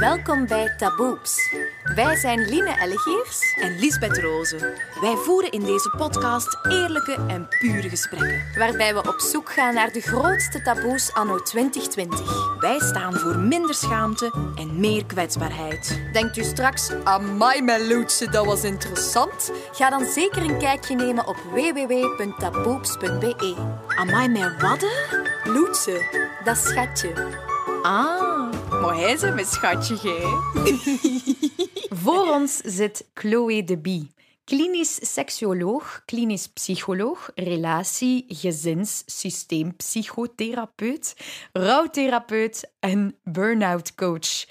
Welkom bij Taboeps. Wij zijn Line Ellegeers en Liesbeth Rozen. Wij voeren in deze podcast eerlijke en pure gesprekken. waarbij we op zoek gaan naar de grootste taboes anno 2020. Wij staan voor minder schaamte en meer kwetsbaarheid. Denkt u straks, amai mijn loetje, dat was interessant? Ga dan zeker een kijkje nemen op www.taboeps.be. Amai, mijn wadden? Loetje, dat schatje. Ah, maar hij is mijn schatje, gij. Voor ons zit Chloe de Bie. Klinisch seksuoloog, klinisch psycholoog, relatie-, gezins-, systeempsychotherapeut, rouwtherapeut en burn-out coach.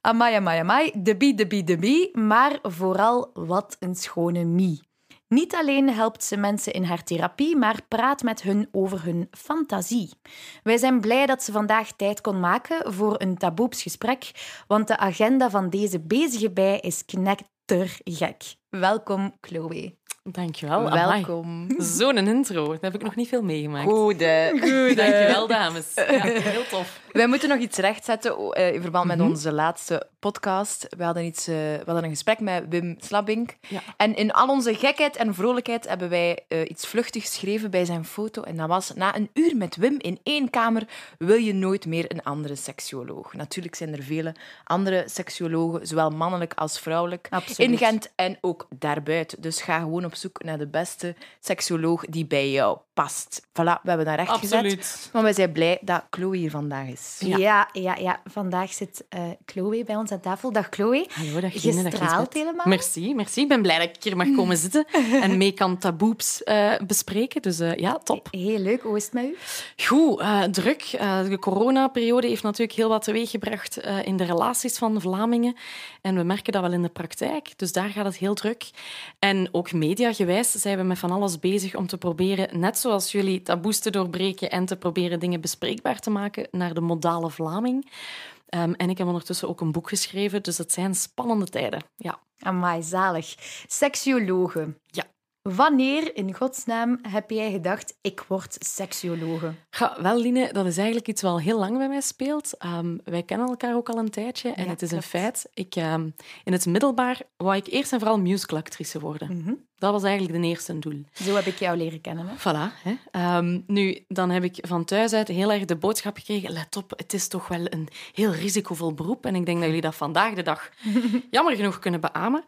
Amai, de bie, maar vooral wat een schone mie. Niet alleen helpt ze mensen in haar therapie, maar praat met hun over hun fantasie. Wij zijn blij dat ze vandaag tijd kon maken voor een taboepsgesprek, want de agenda van deze bezige bij is knettergek. Welkom, Chloe. Dankjewel. Welkom. Zo'n intro. Dat heb ik nog niet veel meegemaakt. Goed. Dankjewel, dames. Ja, heel tof. Wij moeten nog iets rechtzetten in verband met onze laatste podcast. We hadden een gesprek met Wim Slabbink. Ja. En in al onze gekheid en vrolijkheid hebben wij iets vluchtig geschreven bij zijn foto. En dat was: na een uur met Wim in één kamer wil je nooit meer een andere seksuoloog. Natuurlijk zijn er vele andere seksuologen, zowel mannelijk als vrouwelijk, Absoluut. in Gent en ook daarbuiten. Dus ga gewoon op zoek naar de beste seksuoloog die bij jou past. Voilà, we hebben dat recht gezet. Absoluut. Maar wij zijn blij dat Chloe hier vandaag is. Ja. Vandaag zit Chloe bij ons aan tafel. Dag Chloe. Hallo, dag Je Line, dag straalt Lisbeth. helemaal. Merci. Ik ben blij dat ik hier mag komen zitten en mee kan taboeps bespreken. Dus ja, top. Heel leuk. Hoe is het met u? Goed, druk. De coronaperiode heeft natuurlijk heel wat teweeggebracht in de relaties van de Vlamingen. En we merken dat wel in de praktijk. Dus daar gaat het heel druk. En ook mediagewijs zijn we met van alles bezig om te proberen, net zoals jullie, taboes te doorbreken en te proberen dingen bespreekbaar te maken naar de modale Vlaming. En ik heb ondertussen ook een boek geschreven, dus het zijn spannende tijden. Ja. Amai, zalig. Seksuologe. Ja. Wanneer, in godsnaam, heb jij gedacht, ik word seksuologe? Wel, Line, dat is eigenlijk iets wat al heel lang bij mij speelt. Wij kennen elkaar ook al een tijdje en Ja, het is klopt. een feit. In het middelbaar wou ik eerst en vooral musicalactrice worden. Dat was eigenlijk de eerste doel. Zo heb ik jou leren kennen. Hè? Voilà. Hè. Nu, dan heb ik van thuis uit heel erg de boodschap gekregen: let op, het is toch wel een heel risicovol beroep. En ik denk dat jullie dat vandaag de dag jammer genoeg kunnen beamen.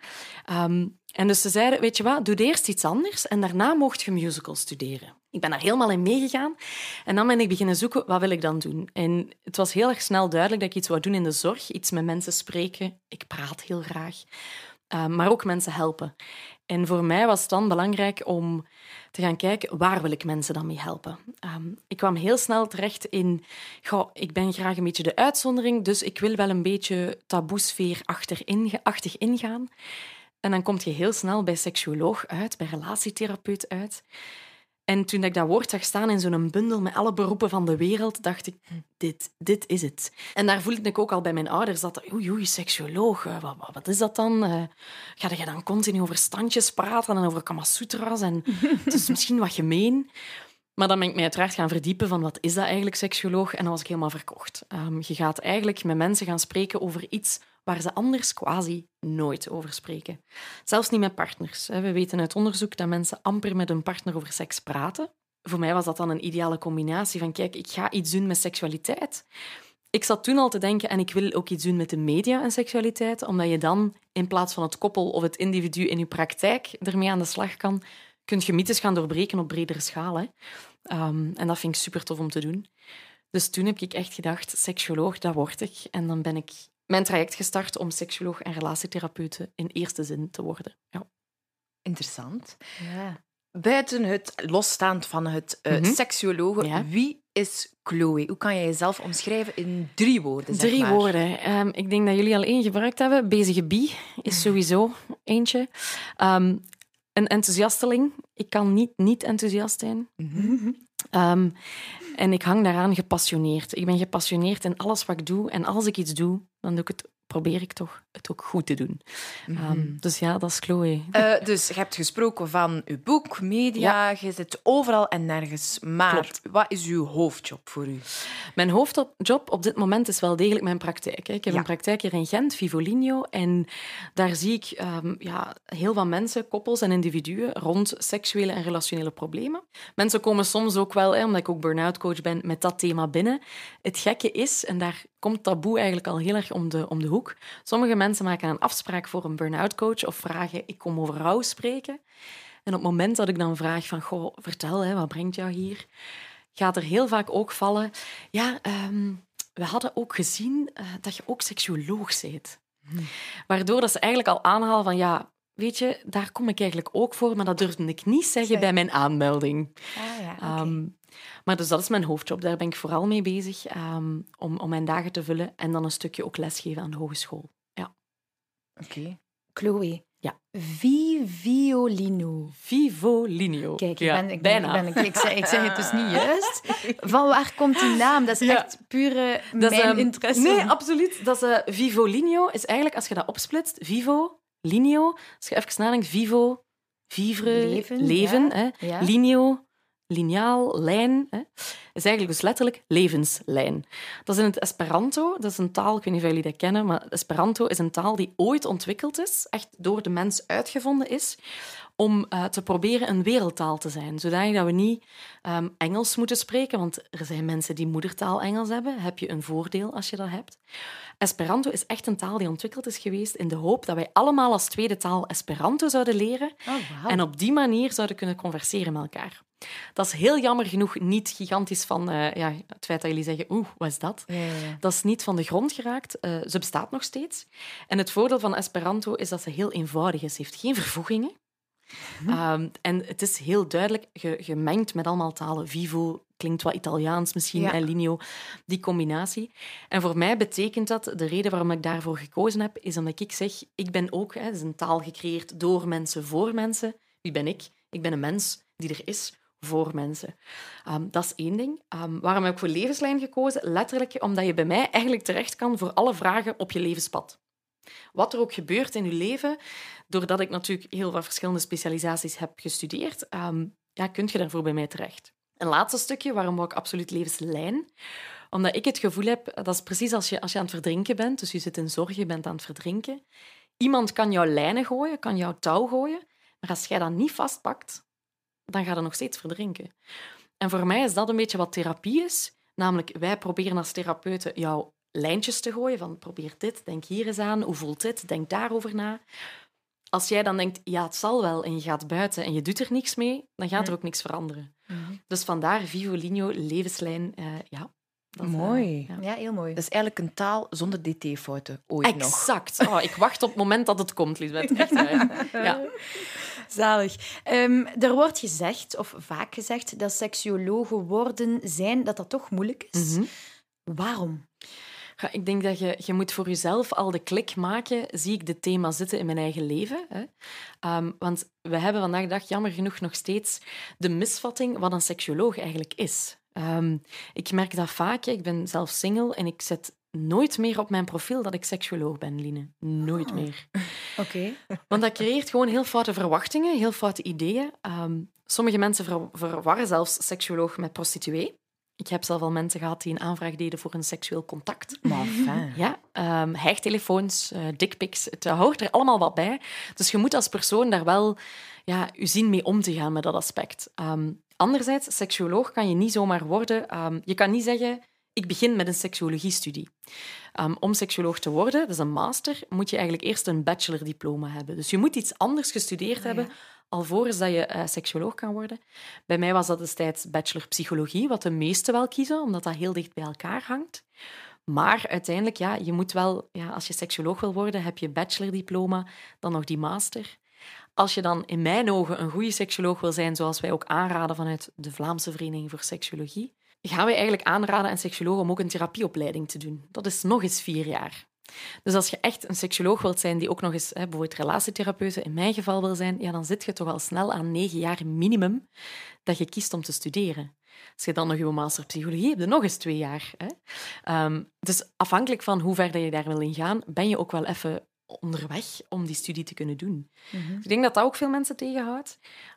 En dus ze zeiden, weet je wat, doe eerst iets anders en daarna mocht je musical studeren. Ik ben daar helemaal in meegegaan en dan ben ik beginnen zoeken, wat wil ik dan doen? En het was heel erg snel duidelijk dat ik iets wou doen in de zorg, iets met mensen spreken. Ik praat heel graag, maar ook mensen helpen. En voor mij was het dan belangrijk om te gaan kijken, waar wil ik mensen dan mee helpen? Ik kwam heel snel terecht in, ik ben graag een beetje de uitzondering, dus ik wil wel een beetje taboesfeer-achtig ingaan. En dan kom je heel snel bij seksuoloog uit, bij relatietherapeut uit. En toen ik dat woord zag staan in zo'n bundel met alle beroepen van de wereld, dacht ik, dit is het. En daar voelde ik ook al bij mijn ouders dat, oei, seksuoloog, wat is dat dan? Ga je dan continu over standjes praten en over kamasutra's? En het is misschien wat gemeen. Maar dan ben ik mij uiteraard gaan verdiepen van wat is dat eigenlijk, seksuoloog? En dan was ik helemaal verkocht. Je gaat eigenlijk met mensen gaan spreken over iets waar ze anders quasi nooit over spreken. Zelfs niet met partners. We weten uit onderzoek dat mensen amper met hun partner over seks praten. Voor mij was dat dan een ideale combinatie van, kijk, ik ga iets doen met seksualiteit. Ik zat toen al te denken, en ik wil ook iets doen met de media en seksualiteit, omdat je dan, in plaats van het koppel of het individu in je praktijk ermee aan de slag kan, kun je mythes gaan doorbreken op bredere schaal. Hè. En dat vind ik super tof om te doen. Dus toen heb ik echt gedacht, seksuoloog, dat word ik. En dan ben ik mijn traject gestart om seksuoloog en relatietherapeute in eerste zin te worden. Ja. Interessant. Ja. Buiten het losstaand van het seksuologe, Ja. wie is Chloe? Hoe kan jij jezelf omschrijven in 3 woorden? Zeg 3 maar? woorden. Ik denk dat jullie al 1 gebruikt hebben. Bezige bie is sowieso eentje. Een enthousiasteling. Ik kan niet enthousiast zijn. En ik hang daaraan gepassioneerd. Ik ben gepassioneerd in alles wat ik doe. En als ik iets doe, dan probeer ik toch het ook goed te doen. Dus ja, dat is Chloe. Dus je hebt gesproken van uw boek, media, je zit overal en nergens. Maar Klopt. wat is uw hoofdjob voor u? Mijn hoofdjob op dit moment is wel degelijk mijn praktijk. Hè. Ik heb een praktijk hier in Gent, Vivolinio. En daar zie ik heel wat mensen, koppels en individuen rond seksuele en relationele problemen. Mensen komen soms ook wel, omdat ik ook burn-out coach ben, met dat thema binnen. Het gekke is, en daar komt taboe eigenlijk al heel erg om de hoek. Sommige mensen maken een afspraak voor een burn-out coach of vragen, ik kom over rouw spreken. En op het moment dat ik dan vraag van, goh, vertel, wat brengt jou hier? Gaat er heel vaak ook vallen, we hadden ook gezien dat je ook seksuoloog bent. Waardoor dat ze eigenlijk al aanhalen van, weet je, daar kom ik eigenlijk ook voor, maar dat durfde ik niet zeggen bij mijn aanmelding. Maar dus dat is mijn hoofdjob. Daar ben ik vooral mee bezig om mijn dagen te vullen en dan een stukje ook lesgeven aan de hogeschool. Ja. Oké. Chloe. Ja. Vivolino. Vivolinio. Kijk, bijna. ik zeg het dus niet juist. Van waar komt die naam? Dat is echt pure mijn interesse. Nee, absoluut. Dat is, Vivolinio is eigenlijk, als je dat opsplitst, Vivo, Linio, als je even nadenkt, Vivo, vivre, leven, ja. Ja. Linio, liniaal, lijn, is eigenlijk dus letterlijk levenslijn. Dat is in het Esperanto, dat is een taal, ik weet niet of jullie dat kennen, maar Esperanto is een taal die ooit ontwikkeld is, echt door de mens uitgevonden is, om te proberen een wereldtaal te zijn. Zodanig dat we niet Engels moeten spreken, want er zijn mensen die moedertaal Engels hebben. Heb je een voordeel als je dat hebt. Esperanto is echt een taal die ontwikkeld is geweest in de hoop dat wij allemaal als tweede taal Esperanto zouden leren en op die manier zouden kunnen converseren met elkaar. Dat is heel jammer genoeg niet gigantisch van het feit dat jullie zeggen, wat is dat? Ja. Dat is niet van de grond geraakt. Ze bestaat nog steeds. En het voordeel van Esperanto is dat ze heel eenvoudig is. Ze heeft geen vervoegingen. En het is heel duidelijk gemengd met allemaal talen. Vivo klinkt wat Italiaans misschien, en Linio, die combinatie. En voor mij betekent dat, de reden waarom ik daarvoor gekozen heb, is omdat ik zeg, ik ben ook, het is een taal gecreëerd door mensen, voor mensen. Wie ben ik? Ik ben een mens die er is voor mensen. Dat is één ding. Waarom heb ik voor levenslijn gekozen? Letterlijk omdat je bij mij eigenlijk terecht kan voor alle vragen op je levenspad. Wat er ook gebeurt in je leven, doordat ik natuurlijk heel wat verschillende specialisaties heb gestudeerd, kun je daarvoor bij mij terecht. Een laatste stukje, waarom wou ik absoluut levenslijn? Omdat ik het gevoel heb, dat is precies als je aan het verdrinken bent, dus je zit in zorg, je bent aan het verdrinken. Iemand kan jouw lijnen gooien, kan jouw touw gooien, maar als jij dat niet vastpakt, dan ga je nog steeds verdrinken. En voor mij is dat een beetje wat therapie is. Namelijk, wij proberen als therapeuten jouw lijntjes te gooien. Van, probeer dit, denk hier eens aan. Hoe voelt dit? Denk daarover na. Als jij dan denkt, ja, het zal wel, en je gaat buiten en je doet er niks mee, dan gaat er ook niks veranderen. Dus vandaar Vivolinio, levenslijn. Mooi. Ja, heel mooi. Dat is eigenlijk een taal zonder dt-fouten, ooit nog. Exact. Ik wacht op het moment dat het komt, Lisbeth. Echt waar. Ja. Zalig. Er wordt gezegd, of vaak gezegd, dat seksuologen worden zijn, dat toch moeilijk is. Waarom? Ja, ik denk dat je moet voor jezelf al de klik maken. Zie ik dit thema zitten in mijn eigen leven? Hè? Want we hebben vandaag de dag jammer genoeg nog steeds de misvatting wat een seksuoloog eigenlijk is. Ik merk dat vaak. Ik ben zelf single en ik zet nooit meer op mijn profiel dat ik seksuoloog ben, Line. Nooit meer. Oké. Want dat creëert gewoon heel foute verwachtingen, heel foute ideeën. Sommige mensen verwarren zelfs seksuoloog met prostituee. Ik heb zelf al mensen gehad die een aanvraag deden voor een seksueel contact. Maar fijn. Ja, hijgtelefoons, dickpics, het hoort er allemaal wat bij. Dus je moet als persoon daar wel je zien mee om te gaan met dat aspect. Anderzijds, seksuoloog kan je niet zomaar worden. Je kan niet zeggen, ik begin met een seksuologiestudie. Om seksuoloog te worden, dat is een master, moet je eigenlijk eerst een bachelordiploma hebben. Dus je moet iets anders gestudeerd hebben, alvorens dat je seksuoloog kan worden. Bij mij was dat destijds bachelor psychologie, wat de meesten wel kiezen, omdat dat heel dicht bij elkaar hangt. Maar uiteindelijk, je moet wel, als je seksuoloog wil worden, heb je bachelordiploma, dan nog die master. Als je dan in mijn ogen een goede seksuoloog wil zijn, zoals wij ook aanraden vanuit de Vlaamse Vereniging voor Seksuologie, gaan wij eigenlijk aanraden aan seksuologen om ook een therapieopleiding te doen. Dat is nog eens 4 jaar. Dus als je echt een seksuoloog wilt zijn die ook nog eens bijvoorbeeld relatietherapeute in mijn geval wil zijn, dan zit je toch al snel aan 9 jaar minimum dat je kiest om te studeren. Als je dan nog je master psychologie hebt, nog eens 2 jaar. Dus afhankelijk van hoe ver dat je daar wil in gaan, ben je ook wel even onderweg om die studie te kunnen doen. Dus ik denk dat dat ook veel mensen tegenhoudt.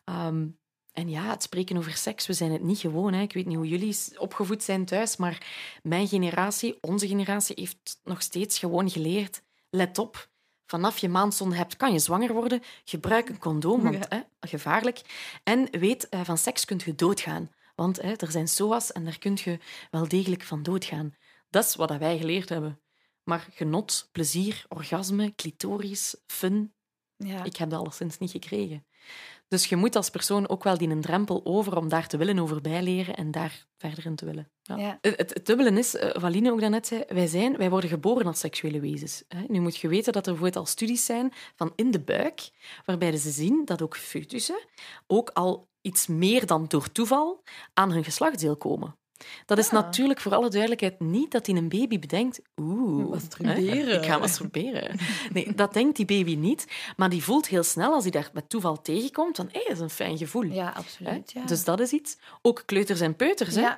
En ja, het spreken over seks, we zijn het niet gewoon. Hè. Ik weet niet hoe jullie opgevoed zijn thuis, maar mijn generatie, onze generatie, heeft nog steeds gewoon geleerd, let op, vanaf je maandzonde hebt, kan je zwanger worden. Gebruik een condoom, want gevaarlijk. En weet, van seks kun je doodgaan. Want er zijn SOA's en daar kun je wel degelijk van doodgaan. Dat is wat wij geleerd hebben. Maar genot, plezier, orgasme, clitoris, fun, ik heb dat alleszins niet gekregen. Dus je moet als persoon ook wel die een drempel over om daar te willen over bijleren en daar verder in te willen. Ja. Ja. Het dubbele is, wat Line ook daarnet zei, wij worden geboren als seksuele wezens. Nu moet je weten dat er bijvoorbeeld al studies zijn van in de buik, waarbij ze zien dat ook foetussen ook al iets meer dan door toeval aan hun geslachtsdeel komen. Dat is natuurlijk voor alle duidelijkheid niet dat hij een baby bedenkt. Masturberen. Ik ga masturberen. Nee, dat denkt die baby niet. Maar die voelt heel snel, als hij daar met toeval tegenkomt, van, dat is een fijn gevoel. Ja, absoluut. Ja. Dus dat is iets. Ook kleuters en peuters. Ja.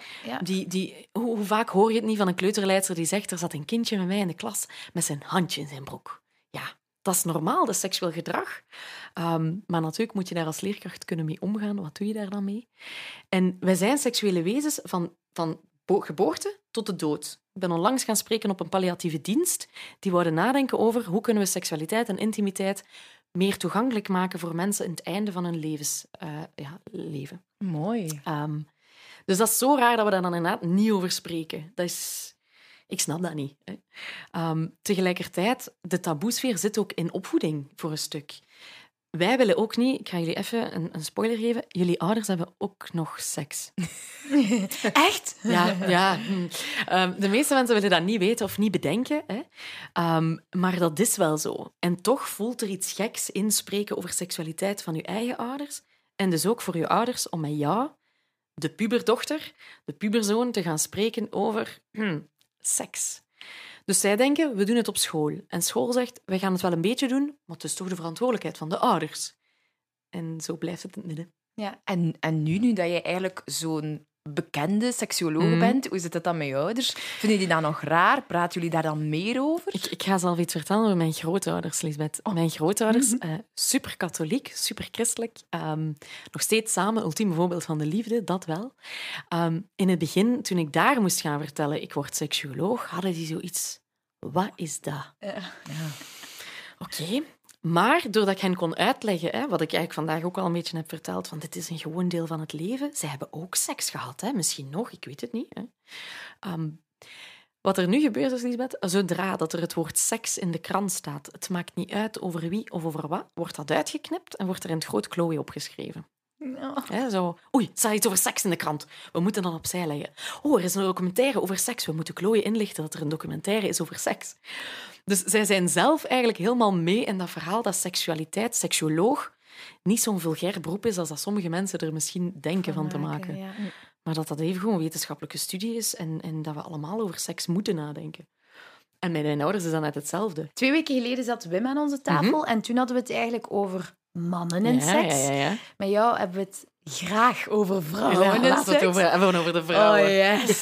Hoe vaak hoor je het niet van een kleuterleidster die zegt, er zat een kindje met mij in de klas met zijn handje in zijn broek. Ja, dat is normaal, dat is seksueel gedrag. Maar natuurlijk moet je daar als leerkracht kunnen mee omgaan. Wat doe je daar dan mee? En wij zijn seksuele wezens van geboorte tot de dood. Ik ben onlangs gaan spreken op een palliatieve dienst. Die wouden nadenken over hoe kunnen we seksualiteit en intimiteit meer toegankelijk maken voor mensen in het einde van hun leven. Mooi. Dus dat is zo raar dat we daar dan inderdaad niet over spreken. Ik snap dat niet. Hè. Tegelijkertijd, de taboesfeer zit ook in opvoeding voor een stuk. Wij willen ook niet, ik ga jullie even een spoiler geven, jullie ouders hebben ook nog seks. Echt? Ja. De meeste mensen willen dat niet weten of niet bedenken. Hè. Maar dat is wel zo. En toch voelt er iets geks in spreken over seksualiteit van je eigen ouders. En dus ook voor je ouders om met jou, de puberdochter, de puberzoon, te gaan spreken over seks. Dus zij denken, we doen het op school. En school zegt, wij gaan het wel een beetje doen, maar het is toch de verantwoordelijkheid van de ouders. En zo blijft het in het midden. Ja. En nu dat je eigenlijk zo'n bekende seksuoloog bent, hoe zit het dan met je ouders? Vinden die dat nog raar? Praten jullie daar dan meer over? Ik ga zelf iets vertellen over mijn grootouders, Lisbeth. Mijn grootouders, super katholiek, super christelijk. Nog steeds samen, ultieme voorbeeld van de liefde, dat wel. In het begin, toen ik daar moest gaan vertellen, ik word seksuoloog, hadden die zoiets. Wat is dat? Oké. Maar doordat ik hen kon uitleggen, wat ik eigenlijk vandaag ook al een beetje heb verteld, van dit is een gewoon deel van het leven, zij hebben ook seks gehad, misschien nog, ik weet het niet. Wat er nu gebeurt is, Lisbeth, zodra dat er het woord seks in de krant staat, het maakt niet uit over wie of over wat, wordt dat uitgeknipt en wordt er in het groot Chloe opgeschreven. Zo, oei, staat iets over seks in de krant. We moeten dat opzij leggen. Er is een documentaire over seks. We moeten Chloe inlichten dat er een documentaire is over seks. Dus zij zijn zelf eigenlijk helemaal mee in dat verhaal dat seksualiteit, seksuoloog, niet zo'n vulgair beroep is als dat sommige mensen er misschien denken van te maken. Ja. Maar dat dat even gewoon een wetenschappelijke studie is en dat we allemaal over seks moeten nadenken. En met mijn ouders is dat net hetzelfde. 2 weken geleden zat Wim aan onze tafel en toen hadden we het eigenlijk over mannen en seks. Ja. Met jou hebben we het graag over vrouwen en Laten we seks. het over de vrouwen. Oh, yes.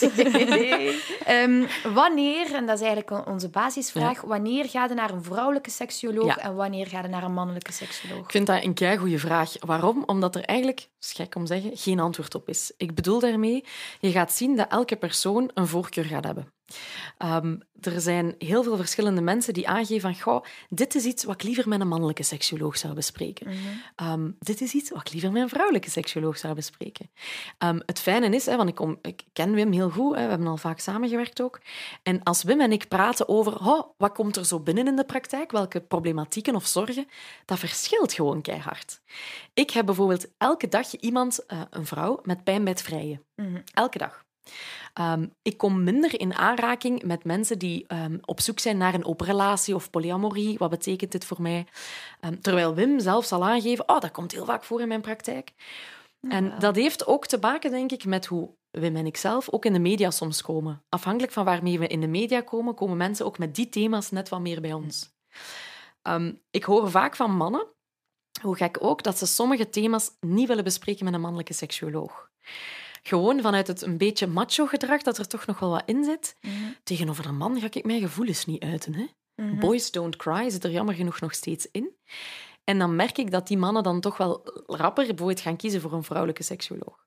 Wanneer, en dat is eigenlijk onze basisvraag, wanneer ga je naar een vrouwelijke seksuoloog en wanneer ga je naar een mannelijke seksuoloog? Ik vind dat een keigoeie vraag. Waarom? Omdat er eigenlijk, is gek om te zeggen, geen antwoord op is. Ik bedoel daarmee, je gaat zien dat elke persoon een voorkeur gaat hebben. Er zijn heel veel verschillende mensen die aangeven van dit is iets wat ik liever met een mannelijke seksuoloog zou bespreken. Dit is iets wat ik liever met een vrouwelijke seksuoloog zou bespreken. Het fijne is, want ik ken Wim heel goed, we hebben al vaak samengewerkt ook. En als Wim en ik praten over wat komt er zo binnen in de praktijk, welke problematieken of zorgen, dat verschilt gewoon keihard. Ik heb bijvoorbeeld elke dag iemand, een vrouw, met pijn bij het vrijen. Elke dag. Ik kom minder in aanraking met mensen die op zoek zijn naar een open relatie of polyamorie. Wat betekent dit voor mij? Terwijl Wim zelf zal aangeven, dat komt heel vaak voor in mijn praktijk. En dat heeft ook te maken, denk ik, met hoe Wim en ik zelf ook in de media soms komen. Afhankelijk van waarmee we in de media komen, komen mensen ook met die thema's net wat meer bij ons. Ik hoor vaak van mannen, hoe gek ook, dat ze sommige thema's niet willen bespreken met een mannelijke seksuoloog. Gewoon vanuit het een beetje macho-gedrag, dat er toch nog wel wat in zit. Tegenover een man ga ik mijn gevoelens niet uiten. Hè? Boys don't cry zit er jammer genoeg nog steeds in. En dan merk ik dat die mannen dan toch wel rapper bijvoorbeeld gaan kiezen voor een vrouwelijke seksuoloog.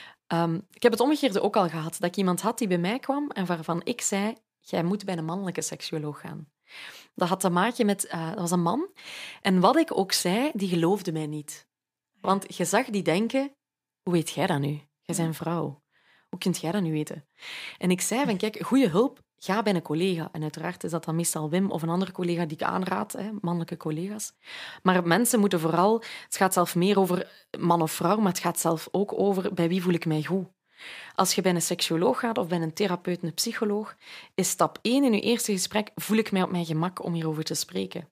Ik heb het omgekeerde ook al gehad, dat ik iemand had die bij mij kwam en waarvan ik zei, jij moet bij een mannelijke seksuoloog gaan. Dat had te maken met... dat was een man. En wat ik ook zei, die geloofde mij niet. Want je zag die denken, hoe weet jij dat nu? Jij bent een vrouw. Hoe kunt jij dat nu weten? En ik zei van, kijk, goede hulp, ga bij een collega. En uiteraard is dat dan meestal Wim of een andere collega die ik aanraad, mannelijke collega's. Maar mensen moeten vooral... Het gaat zelf meer over man of vrouw, maar het gaat zelf ook over bij wie voel ik mij goed. Als je bij een seksuoloog gaat of bij een therapeut, een psycholoog, is stap 1 in je eerste gesprek, voel ik mij op mijn gemak om hierover te spreken.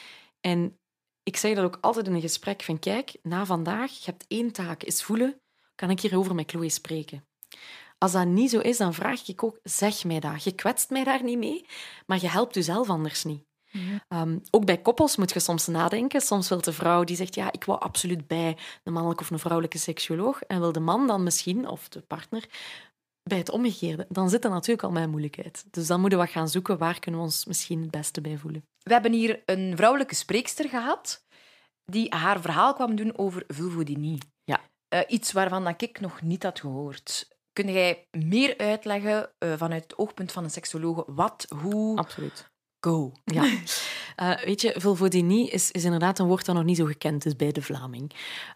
En ik zeg dat ook altijd in een gesprek van, kijk, na vandaag, je hebt 1 taak, is voelen, kan ik hierover met Chloe spreken. Als dat niet zo is, dan vraag ik ook, zeg mij dat. Je kwetst mij daar niet mee, maar je helpt jezelf anders niet. Ook bij koppels moet je soms nadenken. Soms wil de vrouw die zegt, ja, ik wou absoluut bij een mannelijke of een vrouwelijke seksuoloog. En wil de man dan misschien, of de partner, bij het omgekeerde. Dan zit er natuurlijk al mijn moeilijkheid. Dus dan moeten we wat gaan zoeken, waar kunnen we ons misschien het beste bij voelen. We hebben hier een vrouwelijke spreekster gehad die haar verhaal kwam doen over vulvodynie. Ja. Iets waarvan dat ik nog niet had gehoord. Kun jij meer uitleggen vanuit het oogpunt van een seksoloog? Wat, hoe? Absoluut. Go. Ja. Weet je, vulvodynie is inderdaad een woord dat nog niet zo gekend is bij de Vlaming.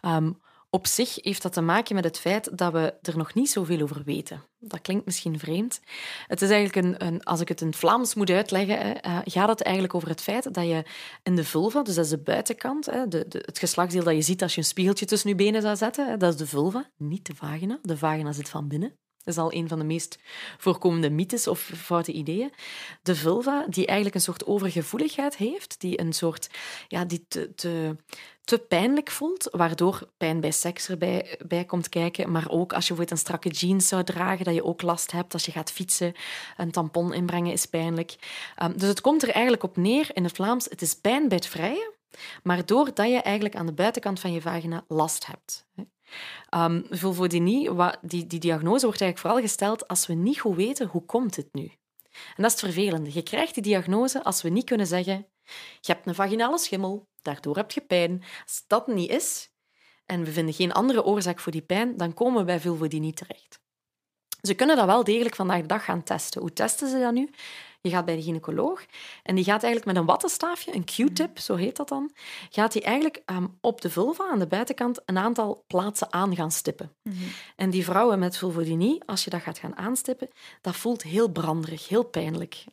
Op zich heeft dat te maken met het feit dat we er nog niet zoveel over weten. Dat klinkt misschien vreemd. Het is eigenlijk als ik het in het Vlaams moet uitleggen, gaat het eigenlijk over het feit dat je in de vulva, dus dat is de buitenkant, het geslachtsdeel dat je ziet als je een spiegeltje tussen je benen zou zetten, dat is de vulva, niet de vagina. De vagina zit van binnen. Dat is al een van de meest voorkomende mythes of foute ideeën. De vulva, die eigenlijk een soort overgevoeligheid heeft, die een soort, die te pijnlijk voelt, waardoor pijn bij seks erbij komt kijken. Maar ook als je bijvoorbeeld een strakke jeans zou dragen, dat je ook last hebt als je gaat fietsen. Een tampon inbrengen is pijnlijk. Dus het komt er eigenlijk op neer in het Vlaams, het is pijn bij het vrijen, maar doordat je eigenlijk aan de buitenkant van je vagina last hebt. Vulvodynie, die diagnose wordt eigenlijk vooral gesteld als we niet goed weten hoe komt het nu. En dat is het vervelende. Je krijgt die diagnose als we niet kunnen zeggen, je hebt een vaginale schimmel, daardoor heb je pijn. Als dat niet is en we vinden geen andere oorzaak voor die pijn, dan komen we bij vulvodynie terecht. Ze kunnen dat wel degelijk vandaag de dag gaan testen. Hoe testen ze dat nu? Je gaat bij de gynaecoloog en die gaat eigenlijk met een wattenstaafje, een Q-tip, zo heet dat dan, gaat hij eigenlijk op de vulva, aan de buitenkant, een aantal plaatsen aan gaan stippen. En die vrouwen met vulvodynie, als je dat gaat gaan aanstippen, dat voelt heel branderig, heel pijnlijk.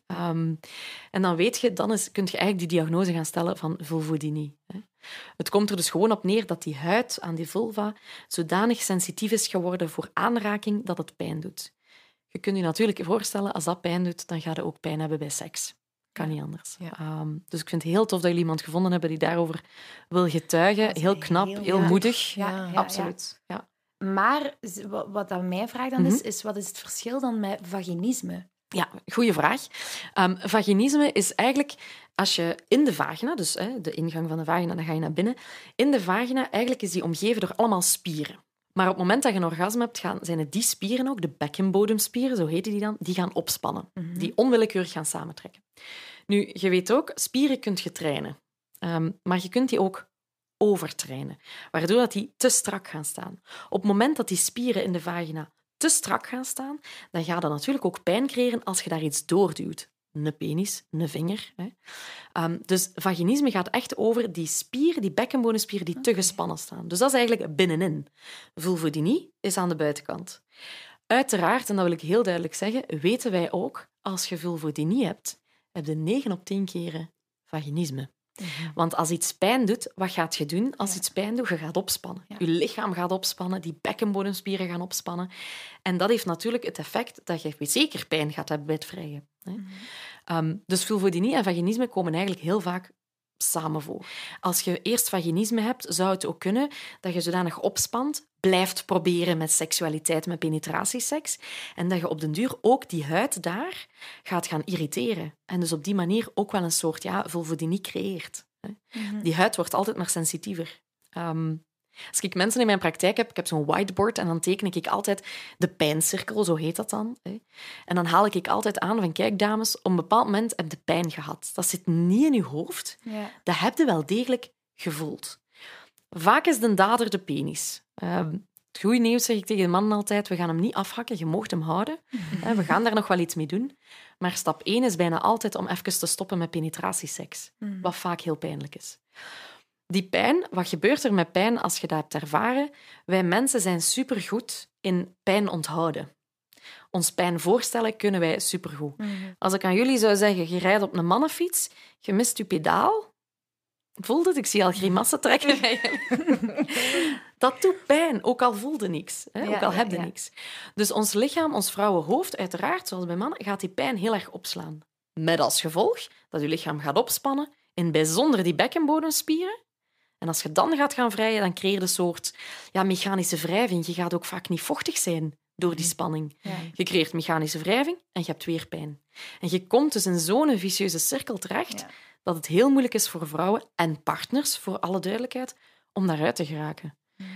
En dan weet je, kun je eigenlijk die diagnose gaan stellen van vulvodynie. Het komt er dus gewoon op neer dat die huid aan die vulva zodanig sensitief is geworden voor aanraking dat het pijn doet. Je kunt je natuurlijk voorstellen, als dat pijn doet, dan ga je ook pijn hebben bij seks. Kan niet anders. Ja. Dus ik vind het heel tof dat jullie iemand gevonden hebben die daarover wil getuigen. Heel knap, heel moedig. Ja, absoluut. Ja. Maar wat aan mij vraagt dan is, wat is het verschil dan met vaginisme? Ja, goede vraag. Vaginisme is eigenlijk als je in de vagina, dus de ingang van de vagina, dan ga je naar binnen. In de vagina, eigenlijk is die omgeven door allemaal spieren. Maar op het moment dat je een orgasme hebt, zijn het die spieren ook, de bekkenbodemspieren, zo heten die dan, die gaan opspannen. Die onwillekeurig gaan samentrekken. Nu, je weet ook, spieren kun je trainen. Maar je kunt die ook overtrainen, waardoor dat die te strak gaan staan. Op het moment dat die spieren in de vagina te strak gaan staan, dan gaat dat natuurlijk ook pijn creëren als je daar iets doorduwt. Een penis, een vinger. Dus vaginisme gaat echt over die spieren, die bekkenbodemspieren die te gespannen staan. Dus dat is eigenlijk binnenin. Vulvodynie is aan de buitenkant. Uiteraard, en dat wil ik heel duidelijk zeggen, weten wij ook, als je vulvodynie hebt, heb je 9 op 10 keren vaginisme. Want als iets pijn doet, wat gaat je doen? Als iets pijn doet, je gaat opspannen. Je lichaam gaat opspannen, die bekkenbodemspieren gaan opspannen. En dat heeft natuurlijk het effect dat je zeker pijn gaat hebben bij het vrijen. Dus vulvodynie en vaginisme komen eigenlijk heel vaak samen voor. Als je eerst vaginisme hebt, zou het ook kunnen dat je zodanig opspant, blijft proberen met seksualiteit, met penetratieseks, en dat je op den duur ook die huid daar gaat gaan irriteren. En dus op die manier ook wel een soort vulvodynie creëert. Die huid wordt altijd maar sensitiever. Als ik mensen in mijn praktijk heb, ik heb zo'n whiteboard en dan teken ik altijd de pijncirkel, zo heet dat dan. Hè. En dan haal ik altijd aan van, kijk dames, op een bepaald moment heb je pijn gehad. Dat zit niet in je hoofd. Ja. Dat heb je wel degelijk gevoeld. Vaak is de dader de penis. Het goede nieuws zeg ik tegen de mannen altijd, we gaan hem niet afhakken, je moogt hem houden. We gaan daar nog wel iets mee doen. Maar stap 1 is bijna altijd om even te stoppen met penetratieseks. Wat vaak heel pijnlijk is. Die pijn, wat gebeurt er met pijn als je dat hebt ervaren? Wij mensen zijn supergoed in pijn onthouden. Ons pijn voorstellen kunnen wij supergoed. Als ik aan jullie zou zeggen, je rijdt op een mannenfiets, je mist je pedaal. Voelt het? Ik zie al grimassen trekken. Dat doet pijn, ook al voelde niks. Hè? Ook al heb je niks. Dus ons lichaam, ons vrouwenhoofd, uiteraard, zoals bij mannen, gaat die pijn heel erg opslaan. Met als gevolg dat je lichaam gaat opspannen, in het bijzonder die bekkenbodemspieren. En als je dan gaat gaan vrijen, dan creëer je een soort mechanische wrijving. Je gaat ook vaak niet vochtig zijn door die spanning. Ja. Je creëert mechanische wrijving en je hebt weer pijn. En je komt dus in zo'n vicieuze cirkel terecht dat het heel moeilijk is voor vrouwen en partners, voor alle duidelijkheid, om daaruit te geraken.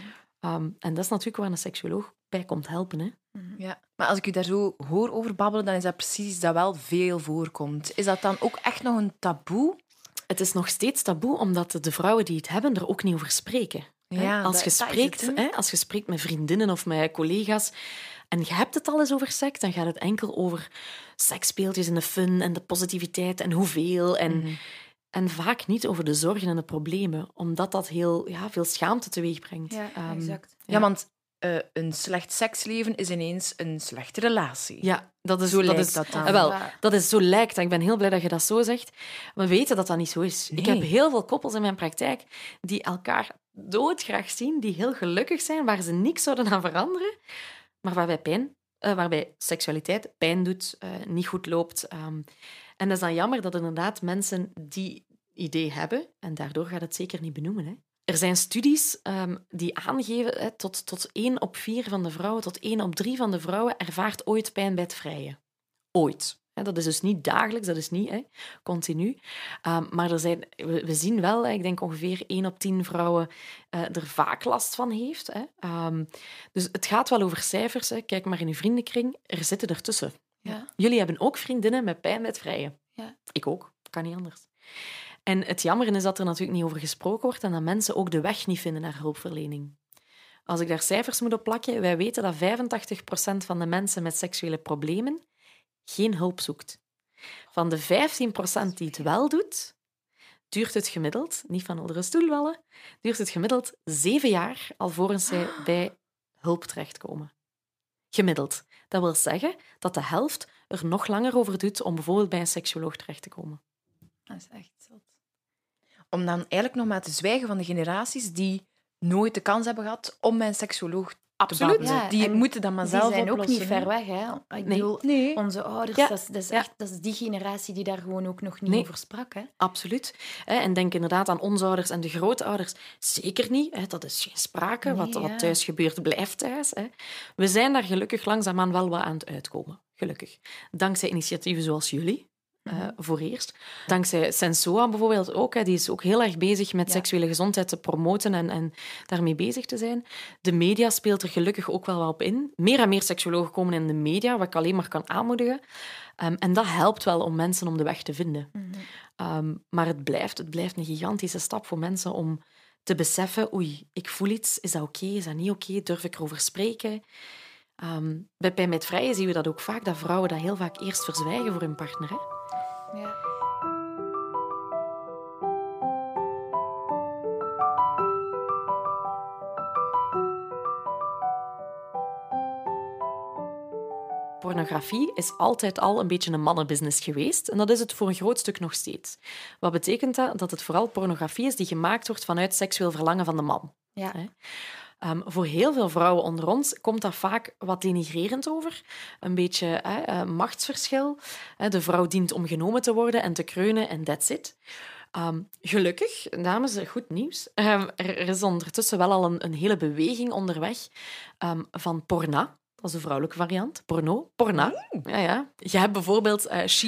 En dat is natuurlijk waar een seksuoloog bij komt helpen. Hè? Ja, maar als ik u daar zo hoor over babbelen, dan is dat precies dat wel veel voorkomt. Is dat dan ook echt nog een taboe? Het is nog steeds taboe, omdat de vrouwen die het hebben er ook niet over spreken. Ja, als je spreekt met vriendinnen of met collega's en je hebt het al eens over seks, dan gaat het enkel over seksspeeltjes en de fun en de positiviteit en hoeveel. En vaak niet over de zorgen en de problemen, omdat dat heel veel schaamte teweeg brengt. Ja, exact. Ja, want een slecht seksleven is ineens een slechte relatie. Ja, dat is zo lijkt dat. Dat dan. Dat is zo lijkt. Ik ben heel blij dat je dat zo zegt. We weten dat dat niet zo is. Nee. Ik heb heel veel koppels in mijn praktijk die elkaar doodgraag zien, die heel gelukkig zijn, waar ze niks zouden aan veranderen, maar waarbij seksualiteit pijn doet, niet goed loopt. En dat is dan jammer dat inderdaad mensen die idee hebben, en daardoor gaat het zeker niet benoemen. Hè. Er zijn studies die aangeven tot 1 op 4 van de vrouwen, tot 1 op 3 van de vrouwen ervaart ooit pijn bij het vrijen. Ooit. Dat is dus niet dagelijks, dat is niet continu. Maar we zien wel, ik denk ongeveer 1 op 10 vrouwen er vaak last van heeft. Dus het gaat wel over cijfers. Kijk maar in uw vriendenkring, er zitten ertussen. Ja. Jullie hebben ook vriendinnen met pijn bij het vrijen. Ja. Ik ook, kan niet anders. En het jammer is dat er natuurlijk niet over gesproken wordt en dat mensen ook de weg niet vinden naar hulpverlening. Als ik daar cijfers moet op plakken, wij weten dat 85% van de mensen met seksuele problemen geen hulp zoekt. Van de 15% die het wel doet, duurt het gemiddeld, niet van onder een stoel vallen, duurt het gemiddeld 7 jaar alvorens zij bij hulp terechtkomen. Gemiddeld. Dat wil zeggen dat de helft er nog langer over doet om bijvoorbeeld bij een seksuoloog terecht te komen. Dat is echt zot. Om dan eigenlijk nog maar te zwijgen van de generaties die nooit de kans hebben gehad om bij een seksuoloog te babbelen. Ja, Die en moeten dat maar Die zelf zijn ook oplossen, niet hè. ver weg. Hè? Ik bedoel, onze ouders, Ja. dat is die generatie die daar gewoon ook nog niet Nee. over sprak. Hè? Absoluut. En denk inderdaad aan onze ouders en de grootouders. Zeker niet. Dat is geen sprake. Nee, Wat thuis gebeurt, blijft thuis. We zijn daar gelukkig langzaamaan wel wat aan het uitkomen. Gelukkig. Dankzij initiatieven zoals jullie. Voor eerst. Dankzij Sensoa bijvoorbeeld ook. Die is ook heel erg bezig met seksuele gezondheid te promoten en daarmee bezig te zijn. De media speelt er gelukkig ook wel wat op in. Meer en meer seksuologen komen in de media, wat ik alleen maar kan aanmoedigen. En dat helpt wel om mensen om de weg te vinden. Maar het blijft een gigantische stap voor mensen om te beseffen, oei, ik voel iets, is dat oké, is dat niet oké, durf ik erover spreken? Bij Pijn met Vrijen zien we dat ook vaak, dat vrouwen dat heel vaak eerst verzwijgen voor hun partner. Hè? Ja. Pornografie is altijd al een beetje een mannenbusiness geweest en dat is het voor een groot stuk nog steeds. Wat betekent dat? Dat het vooral pornografie is die gemaakt wordt vanuit seksueel verlangen van de man. Ja. Voor heel veel vrouwen onder ons komt dat vaak wat denigrerend over. Een beetje machtsverschil. De vrouw dient om genomen te worden en te kreunen en that's it. Gelukkig, dames, goed nieuws. Er is ondertussen wel al een hele beweging onderweg van Porna. Dat is de vrouwelijke variant. Porna. Ja. Je hebt bijvoorbeeld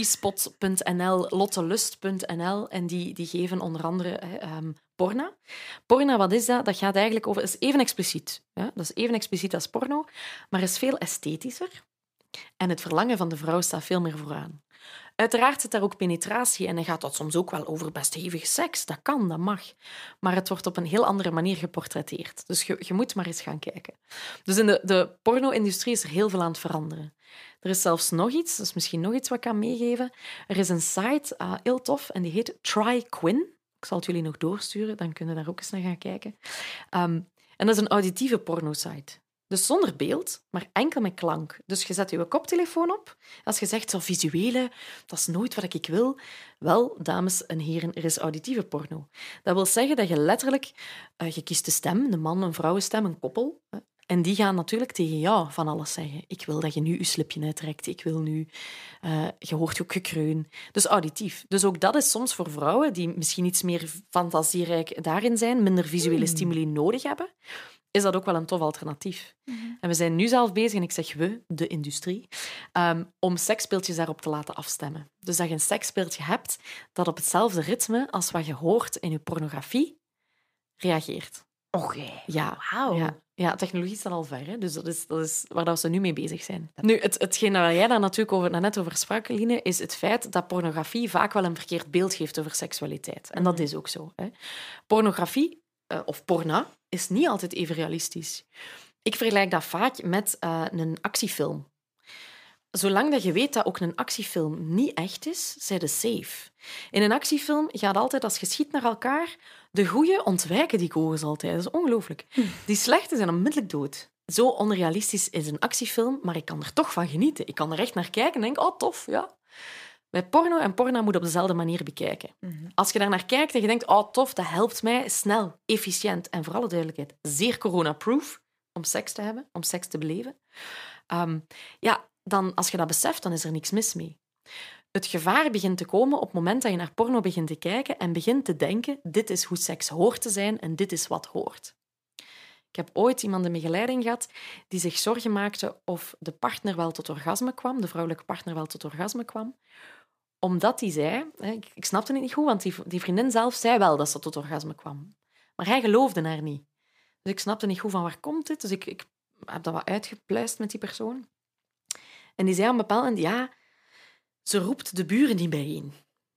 shespot.nl, lottelust.nl en die geven onder andere porna. Porna, wat is dat? Dat gaat eigenlijk over... is even expliciet. Ja? Dat is even expliciet als porno, maar is veel esthetischer. En het verlangen van de vrouw staat veel meer vooraan. Uiteraard zit daar ook penetratie en dan gaat dat soms ook wel over best hevige seks. Dat kan, dat mag. Maar het wordt op een heel andere manier geportretteerd. Dus je moet maar eens gaan kijken. Dus in de porno-industrie is er heel veel aan het veranderen. Er is zelfs nog iets, dat is misschien nog iets wat ik kan meegeven. Er is een site, heel tof, en die heet TryQuinn. Ik zal het jullie nog doorsturen, dan kunnen we daar ook eens naar gaan kijken. En dat is een auditieve pornosite. Dus zonder beeld, maar enkel met klank. Dus je zet je koptelefoon op. Als je zegt, zo visuele, dat is nooit wat ik wil. Wel, dames en heren, er is auditieve porno. Dat wil zeggen dat je letterlijk... je kiest de stem, de man, een vrouwenstem, een koppel. En die gaan natuurlijk tegen jou van alles zeggen. Ik wil dat je nu je slipje uittrekt. Ik wil nu... je hoort ook gekreun. Dus auditief. Dus ook dat is soms voor vrouwen die misschien iets meer fantasierijk daarin zijn, minder visuele stimuli nodig hebben, is dat ook wel een tof alternatief. En we zijn nu zelf bezig, en ik zeg we, de industrie, om seksspeeltjes daarop te laten afstemmen. Dus dat je een seksspeeltje hebt dat op hetzelfde ritme als wat je hoort in je pornografie reageert. Oké. Ja, Wauw. ja, technologie staat al ver, hè? Dus dat is waar dat ze nu mee bezig zijn. Nu, hetgeen waar jij daar natuurlijk net over sprak, Line, is het feit dat pornografie vaak wel een verkeerd beeld geeft over seksualiteit. En dat is ook zo. Hè? Pornografie, of porna, is niet altijd even realistisch. Ik vergelijk dat vaak met een actiefilm. Zolang dat je weet dat ook een actiefilm niet echt is, zijn ze safe. In een actiefilm gaat altijd, als je schiet naar elkaar, de goeie ontwijken die kogels altijd. Dat is ongelooflijk. Die slechte zijn onmiddellijk dood. Zo onrealistisch is een actiefilm, maar ik kan er toch van genieten. Ik kan er echt naar kijken en denk, oh, tof, ja. Bij porno en porno moet je op dezelfde manier bekijken. Als je daar naar kijkt en je denkt, oh, tof, dat helpt mij, snel, efficiënt en voor alle duidelijkheid, zeer corona-proof om seks te hebben, om seks te beleven, dan, als je dat beseft, dan is er niks mis mee. Het gevaar begint te komen op het moment dat je naar porno begint te kijken en begint te denken, dit is hoe seks hoort te zijn en dit is wat hoort. Ik heb ooit iemand in begeleiding gehad die zich zorgen maakte of de partner wel tot orgasme kwam, de vrouwelijke partner wel tot orgasme kwam, omdat hij zei, ik snapte het niet goed, want die vriendin zelf zei wel dat ze tot orgasme kwam. Maar hij geloofde haar niet. Dus ik snapte niet goed van waar komt dit. Dus ik heb dat wat uitgepluist met die persoon. En die zei op een bepaald moment, ja, ze roept de buren niet bijeen.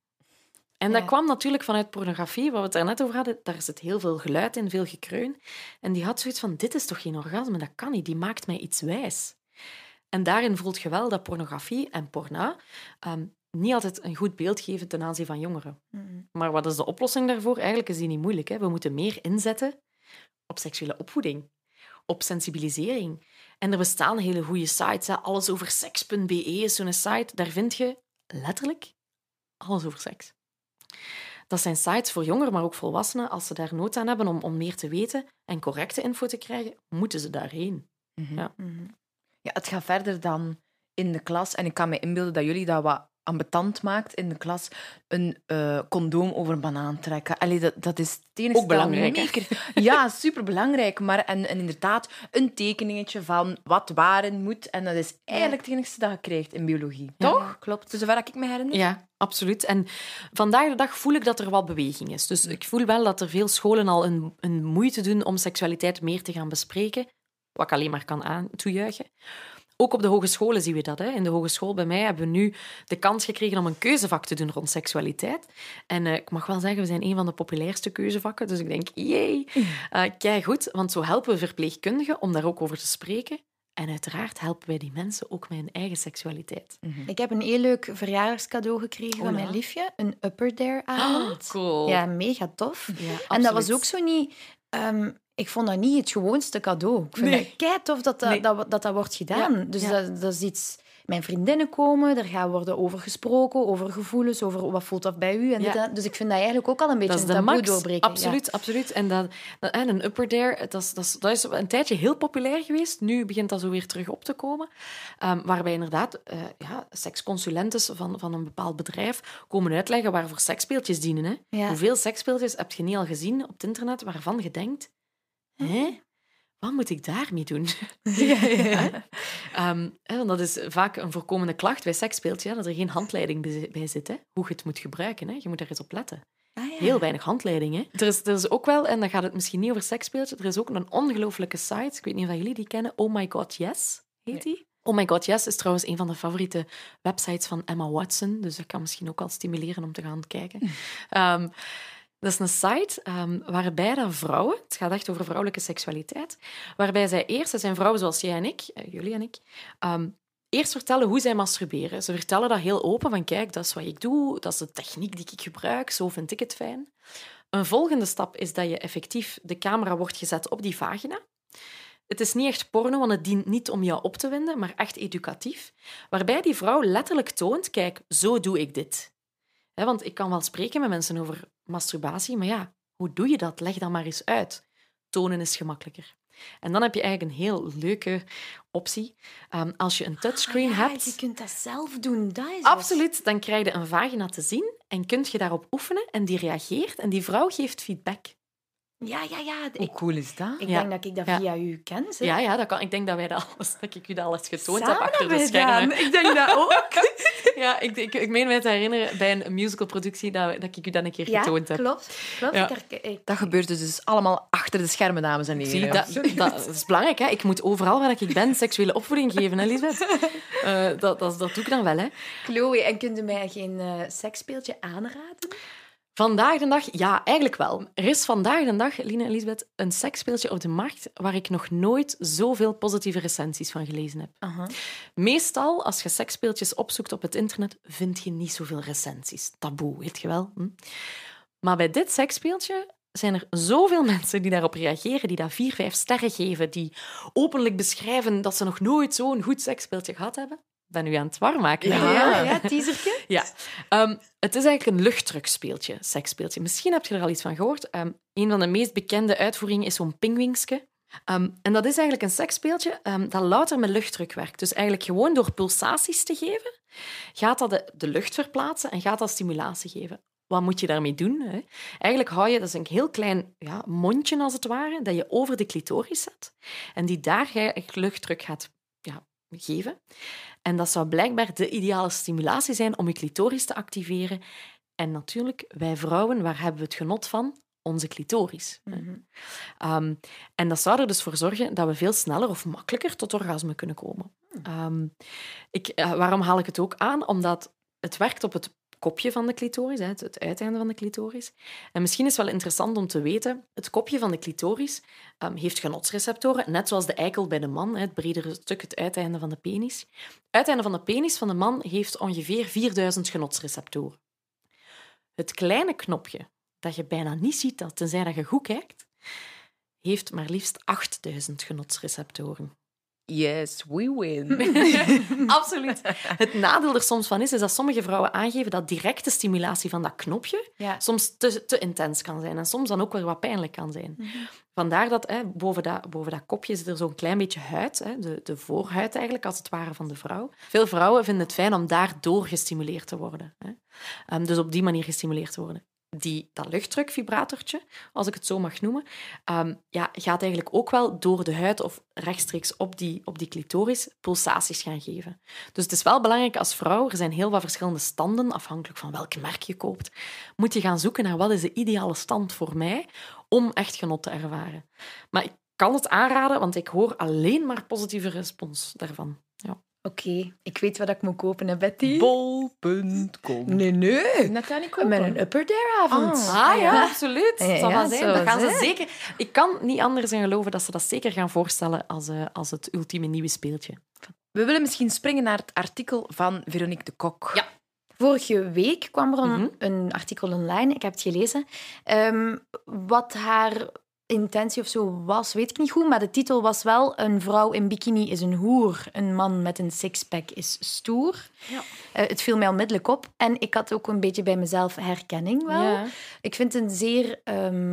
En dat kwam natuurlijk vanuit pornografie, waar we het daar net over hadden. Daar zit heel veel geluid in, veel gekreun. En die had zoiets van, dit is toch geen orgasme? Dat kan niet, die maakt mij iets wijs. En daarin voelt je wel dat pornografie en porna niet altijd een goed beeld geven ten aanzien van jongeren. Maar wat is de oplossing daarvoor? Eigenlijk is die niet moeilijk. Hè? We moeten meer inzetten op seksuele opvoeding, op sensibilisering. En er bestaan hele goede sites. Hè? Allesoverseks.be is zo'n site. Daar vind je letterlijk alles over seks. Dat zijn sites voor jongeren, maar ook volwassenen. Als ze daar nood aan hebben om meer te weten en correcte info te krijgen, moeten ze daarheen. Ja. Ja, het gaat verder dan in de klas. En ik kan me inbeelden dat jullie dat wat ambetant maakt in de klas. Een condoom over een banaan trekken. Allee, dat is het enige ook belangrijk. Ja, superbelangrijk. Maar en inderdaad, een tekeningetje van wat waarin moet. En dat is eigenlijk het enige dat je krijgt in biologie. Toch? Ja, klopt. Dus zover ik me herinner. Ja, absoluut. En vandaag de dag voel ik dat er wat beweging is. Dus ik voel wel dat er veel scholen al een moeite doen om seksualiteit meer te gaan bespreken. Wat ik alleen maar kan toejuichen. Ook op de hogescholen zien we dat. Hè. In de hogeschool bij mij hebben we nu de kans gekregen om een keuzevak te doen rond seksualiteit. En ik mag wel zeggen, we zijn een van de populairste keuzevakken. Dus ik denk, jee, kijk goed. Want zo helpen we verpleegkundigen om daar ook over te spreken. En uiteraard helpen wij die mensen ook met hun eigen seksualiteit. Ik heb een heel leuk verjaardagscadeau gekregen van mijn liefje. Een Upper Dare avond. Cool. Ja, mega tof. Ja, en dat was ook zo niet... ik vond dat niet het gewoonste cadeau. Ik vind dat keitof dat wordt gedaan. Ja, dus ja. dat is iets... Mijn vriendinnen komen, er gaat worden over gesproken, over gevoelens, over wat voelt dat bij u. En dit. Dus ik vind dat eigenlijk ook al een beetje een taboe doorbreken. Absoluut, absoluut. En een Upper Dare, dat is een tijdje heel populair geweest. Nu begint dat zo weer terug op te komen. Waarbij inderdaad seksconsulentes van een bepaald bedrijf komen uitleggen waarvoor seksspeeltjes dienen. Hè? Ja. Hoeveel seksspeeltjes heb je niet al gezien op het internet waarvan je denkt... Hè? wat moet ik daarmee doen? Ja. Want dat is vaak een voorkomende klacht bij seksspeeltje, dat er geen handleiding bij zit, hè? Hoe je het moet gebruiken. Hè? Je moet daar eens op letten. Heel weinig handleiding. Hè? Er is ook wel, en dan gaat het misschien niet over seksspeeltje, er is ook een ongelooflijke site, ik weet niet of jullie die kennen, Oh My God Yes, heet die? Oh My God Yes is trouwens een van de favoriete websites van Emma Watson, dus dat kan misschien ook al stimuleren om te gaan kijken. Dat is een site waarbij dat vrouwen, het gaat echt over vrouwelijke seksualiteit, waarbij zij eerst, dat zijn vrouwen zoals jij en ik, jullie en ik, eerst vertellen hoe zij masturberen. Ze vertellen dat heel open, van kijk, dat is wat ik doe, dat is de techniek die ik gebruik, zo vind ik het fijn. Een volgende stap is dat je effectief, de camera wordt gezet op die vagina. Het is niet echt porno, want het dient niet om jou op te winden, maar echt educatief. Waarbij die vrouw letterlijk toont, kijk, zo doe ik dit. Want ik kan wel spreken met mensen over masturbatie, maar ja, hoe doe je dat? Leg dat maar eens uit. Tonen is gemakkelijker. En dan heb je eigenlijk een heel leuke optie. Als je een touchscreen hebt... Je kunt dat zelf doen. Dat is Absoluut. Dan krijg je een vagina te zien en kun je daarop oefenen en die reageert en die vrouw geeft feedback. Ja. Hoe cool is dat? Ik Ja. denk dat ik dat via u ken. Zeg. Ja, dat kan. Ik denk dat ik u dat al eens getoond heb Samen achter de hebben we schermen. gedaan. Ik denk dat ook. Ja, ik meen mij te herinneren bij een musicalproductie dat ik u dat een keer getoond heb. Klopt. Ja. Dat gebeurt dus allemaal achter de schermen, dames en heren. Zie, dat is belangrijk. Hè? Ik moet overal waar ik ben seksuele opvoeding geven, hè, Lisbeth? Dat doe ik dan wel. Hè? Chloe, en kunt u mij geen seksspeeltje aanraden? Vandaag de dag, ja, eigenlijk wel. Er is vandaag de dag, Line en Lisbeth, een seksspeeltje op de markt waar ik nog nooit zoveel positieve recensies van gelezen heb. Meestal, als je seksspeeltjes opzoekt op het internet, vind je niet zoveel recensies. Taboe, weet je wel. Maar bij dit seksspeeltje zijn er zoveel mensen die daarop reageren, die dat 4, 5 sterren geven, die openlijk beschrijven dat ze nog nooit zo'n goed seksspeeltje gehad hebben. Ik ben u aan het warm maken. Ja, teasertje. Ja. Het is eigenlijk een luchtdrukspeeltje, seksspeeltje. Misschien heb je er al iets van gehoord. Een van de meest bekende uitvoeringen is zo'n pingwingske. En dat is eigenlijk een seksspeeltje dat louter met luchtdruk werkt. Dus eigenlijk gewoon door pulsaties te geven, gaat dat de lucht verplaatsen en gaat dat stimulatie geven. Wat moet je daarmee doen? Hè? Eigenlijk hou je, dat is een heel klein mondje als het ware, dat je over de clitoris zet en die daar luchtdruk gaat geven. En dat zou blijkbaar de ideale stimulatie zijn om je clitoris te activeren. En natuurlijk, wij vrouwen, waar hebben we het genot van? Onze clitoris. En dat zou er dus voor zorgen dat we veel sneller of makkelijker tot orgasme kunnen komen. Waarom haal ik het ook aan? Omdat het werkt op het kopje van de clitoris, het uiteinde van de clitoris. En misschien is het wel interessant om te weten, het kopje van de clitoris heeft genotsreceptoren, net zoals de eikel bij de man, het bredere stuk, het uiteinde van de penis. Het uiteinde van de penis van de man heeft ongeveer 4000 genotsreceptoren. Het kleine knopje, dat je bijna niet ziet, tenzij dat je goed kijkt, heeft maar liefst 8000 genotsreceptoren. Yes, we win. Absoluut. Het nadeel er soms van is dat sommige vrouwen aangeven dat directe stimulatie van dat knopje soms te intens kan zijn en soms dan ook weer wat pijnlijk kan zijn. Vandaar dat boven dat kopje zit er zo'n klein beetje huid, de voorhuid eigenlijk, als het ware van de vrouw. Veel vrouwen vinden het fijn om daardoor gestimuleerd te worden. Dus op die manier gestimuleerd te worden. Dat luchtdrukvibratortje, als ik het zo mag noemen, gaat eigenlijk ook wel door de huid of rechtstreeks op die clitoris pulsaties gaan geven. Dus het is wel belangrijk als vrouw, er zijn heel wat verschillende standen, afhankelijk van welk merk je koopt, moet je gaan zoeken naar wat is de ideale stand voor mij om echt genot te ervaren. Maar ik kan het aanraden, want ik hoor alleen maar positieve respons daarvan. Ja. Oké, ik weet wat ik moet kopen, hè, Betty? Bol.com. Nee. Dat kan ik kopen. Met een Upper Dare avond. Ja, absoluut. Dat zal wel zijn. zo Dat gaan ze zijn. zeker... Ik kan niet anders in geloven dat ze dat zeker gaan voorstellen als het ultieme nieuwe speeltje. We willen misschien springen naar het artikel van Veronique de Kok. Ja. Vorige week kwam er een artikel online, ik heb het gelezen, wat haar intentie of zo was, weet ik niet goed, maar de titel was wel een vrouw in bikini is een hoer, een man met een sixpack is stoer. Ja. Het viel mij onmiddellijk op en ik had ook een beetje bij mezelf herkenning wel. Ja. Ik vind het een zeer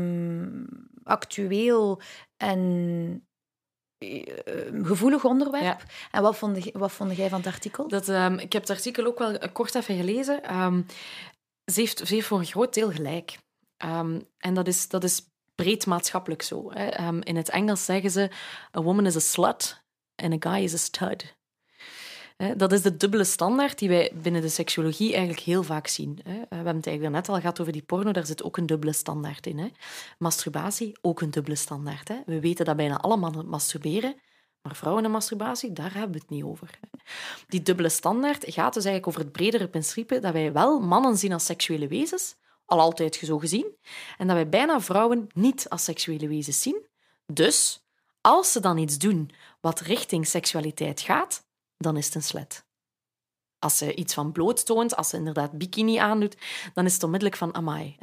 actueel en gevoelig onderwerp. Ja. En wat vond jij van het artikel? Ik heb het artikel ook wel kort even gelezen. Ze heeft voor een groot deel gelijk. En dat is breed maatschappelijk zo. Hè. In het Engels zeggen ze... A woman is a slut and a guy is a stud. Dat is de dubbele standaard die wij binnen de seksuologie eigenlijk heel vaak zien. We hebben het eigenlijk net al gehad over die porno, daar zit ook een dubbele standaard in. Masturbatie, ook een dubbele standaard. We weten dat bijna alle mannen masturberen, maar vrouwen en masturbatie, daar hebben we het niet over. Die dubbele standaard gaat dus eigenlijk over het bredere principe dat wij wel mannen zien als seksuele wezens, al altijd zo gezien, en dat wij bijna vrouwen niet als seksuele wezens zien. Dus, als ze dan iets doen wat richting seksualiteit gaat, dan is het een slet. Als ze iets van bloot toont, als ze inderdaad bikini aandoet, dan is het onmiddellijk van amai.